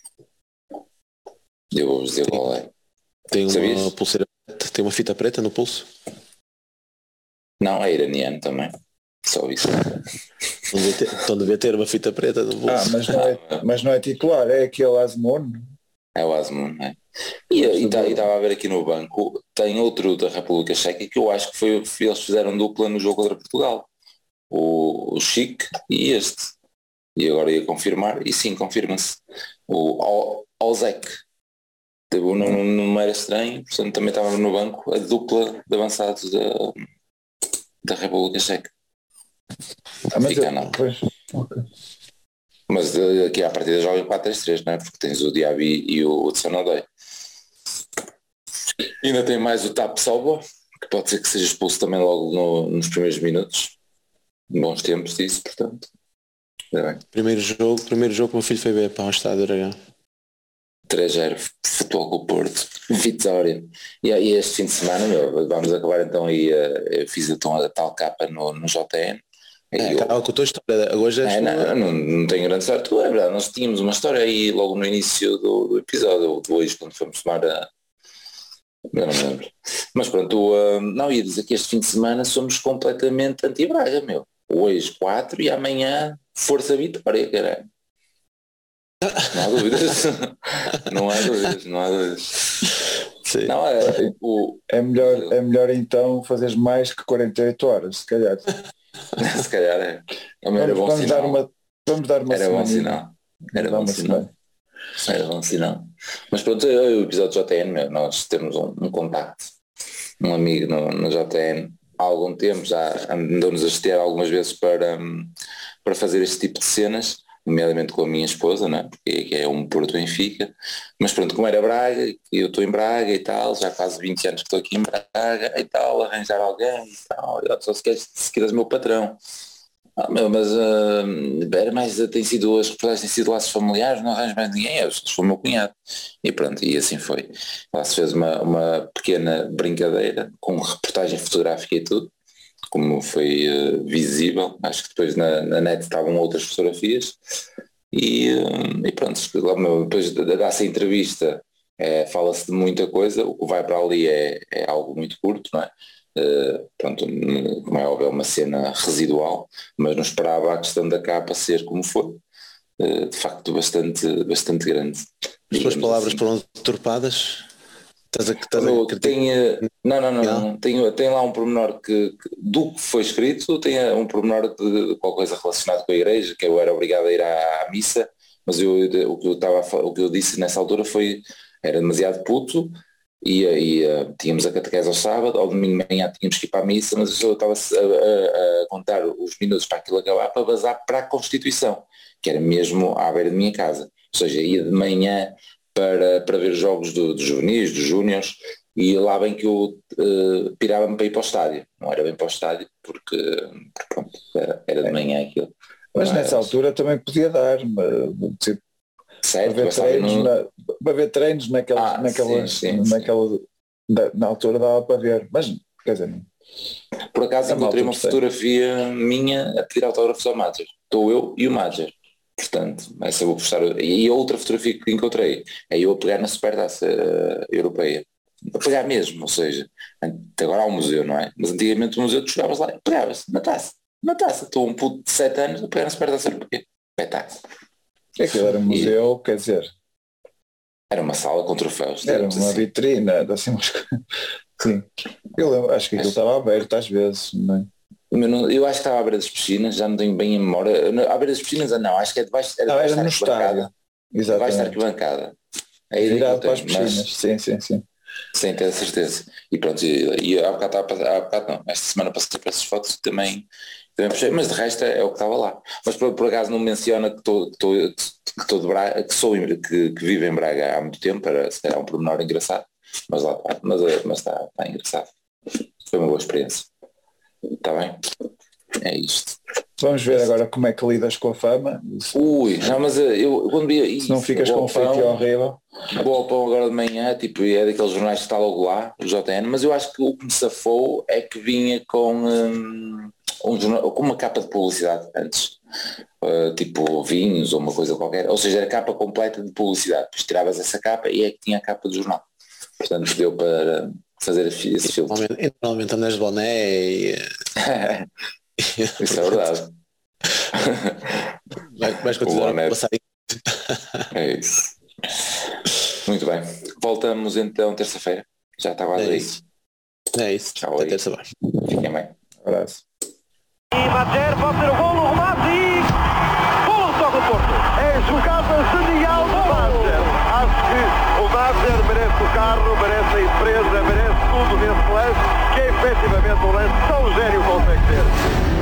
S3: Eu vou dizer qual é.
S4: Tem uma pulseira, tem uma fita preta no pulso?
S3: Não, é iraniano também. Só isso.
S4: Então devia ter uma fita preta no pulso.
S5: Mas não é titular, é aquele Asmoon.
S3: É o Asmoon, é. E estava a ver aqui no banco, tem outro da República Checa que eu acho que eles fizeram dupla no jogo contra Portugal. O Chic e este. E agora ia confirmar, e sim, confirma-se. O Ozek. Não era estranho, portanto também estava no banco a dupla de avançados da República Checa. Mas aqui à partida joga em 4-3-3, não é? Porque tens o Diaby e o Tsanodei. Ainda tem mais o Tap Sobo, que pode ser que seja expulso também logo nos primeiros minutos. Bons tempos disso, portanto. Bem.
S4: Primeiro jogo que o meu filho foi ver para um estádio Dragão.
S3: 3-0, Futebol com o Porto, vitória. E este fim de semana, vamos acabar então aí, eu fiz então a tal capa no JN.
S4: Acaba com a tua história, hoje
S3: não tenho grande sorte, é verdade, nós tínhamos uma história aí logo no início do episódio, hoje quando fomos tomar eu não me lembro. Mas pronto, não ia dizer que este fim de semana somos completamente anti-Braga, meu. Hoje 4 e amanhã Força Vitória, caralho. Não há dúvidas. Não há dúvidas.
S4: Sim.
S3: Não,
S5: é melhor então fazeres mais que 48 horas, se calhar.
S3: Se calhar é. Era bom sinal.
S5: Vamos dar uma
S3: Era bom sinal. Era bom sinal. Mas pronto, o episódio do JN, nós temos um contacto, um amigo no JN há algum tempo, já andamos a estear algumas vezes para fazer este tipo de cenas, nomeadamente com a minha esposa, não é? Porque é um Porto Benfica, mas pronto, como era Braga, eu estou em Braga e tal, já há quase 20 anos que estou aqui em Braga e tal, arranjar alguém e tal, só se queres o meu patrão. Mas era mais, as reportagens têm sido laços familiares, não arranjo mais ninguém, foi o meu cunhado. E pronto, e assim foi. Lá se fez uma pequena brincadeira, com reportagem fotográfica e tudo, como foi visível. Acho que depois na net estavam outras fotografias. E pronto, depois dessa entrevista fala-se de muita coisa, o que vai para ali é algo muito curto, não é? Pronto, como é óbvio, é uma cena residual, mas não esperava a questão da capa ser como foi, de facto bastante grande.
S4: As tuas palavras assim foram deturpadas?
S3: Tem lá um pormenor que do que foi escrito, tem um pormenor de qualquer coisa relacionado com a igreja, que eu era obrigado a ir à missa, mas o que eu disse nessa altura era demasiado puto. E tínhamos a catequese ao sábado, ao domingo de manhã tínhamos que ir para a missa, mas eu estava a contar os minutos para aquilo acabar para vazar para a Constituição, que era mesmo à beira da minha casa. Ou seja, ia de manhã para ver jogos dos juvenis, dos júniores, e lá bem que eu pirava-me para ir para o estádio. Não era bem para o estádio, porque pronto, era de manhã aquilo.
S5: Mas nessa altura também podia dar, tipo,
S3: certo,
S5: para ver treinos na altura dava para ver, mas quer dizer,
S3: por acaso encontrei uma fotografia minha a pedir autógrafos ao Madger, estou eu e o Madger, portanto essa eu vou postar. E a outra fotografia que encontrei é eu a pegar na Supertaça Europeia, a pegar mesmo, ou seja, agora há um museu, não é? Mas antigamente o museu tu chegavas lá e pegavas na taça, estou um puto de 7 anos a pegar na Supertaça Europeia, espetáculo.
S5: Aquilo era um museu, quer dizer,
S3: Era uma sala com troféus.
S5: Era
S3: digamos
S5: uma
S3: assim.
S5: vitrine, era assim umas coisas. Sim. Acho que aquilo estava aberto às vezes, não é?
S3: Eu acho que estava à beira das piscinas, já não tenho bem a memória. À beira das piscinas, não, acho que é debaixo,
S5: Era
S3: debaixo
S5: no
S3: da
S5: estádio.
S3: arquibancada. Debaixo da
S5: Exatamente.
S3: arquibancada. É a ideia que eu
S5: Virado para as
S3: tenho,
S5: piscinas. Sim.
S3: sem ter a certeza. E pronto, e há bocado não, esta semana passei para essas fotos também puxei, mas de resto é o que estava lá. Mas por acaso não menciona que estou de Braga, que vivo em Braga há muito tempo, era se calhar um pormenor engraçado, mas lá está, mas está engraçado. Foi uma boa experiência. Está bem? É isto.
S5: Vamos ver agora como é que lidas com a fama.
S3: Ui, não, mas eu quando vi
S5: Se não ficas com um feito horrível.
S3: Vou ao pão agora de manhã, tipo, é daqueles jornais que está logo lá, o JN, mas eu acho que o que me safou é que vinha com jornal, com uma capa de publicidade antes, tipo vinhos ou uma coisa qualquer, ou seja, era capa completa de publicidade, depois tiravas essa capa e é que tinha a capa do jornal, portanto deu para fazer esse filtro.
S4: Normalmente andas de boné e...
S3: Isso é verdade.
S4: Vais continuar a passar.
S3: É isso. Muito bem. Voltamos então terça-feira. Já está quase aí.
S4: É isso.
S3: Tchau
S4: Até
S3: aí.
S4: terça-feira.
S3: Fiquem bem.
S5: Abraço.
S2: E Madjer pode ter o golo, o remate e... Golo toca o Porto. É jogada genial do Madjer. Acho que o Madjer merece o carro, merece a empresa, merece tudo nesse lance, que é efetivamente um lance tão gênio consegue ter.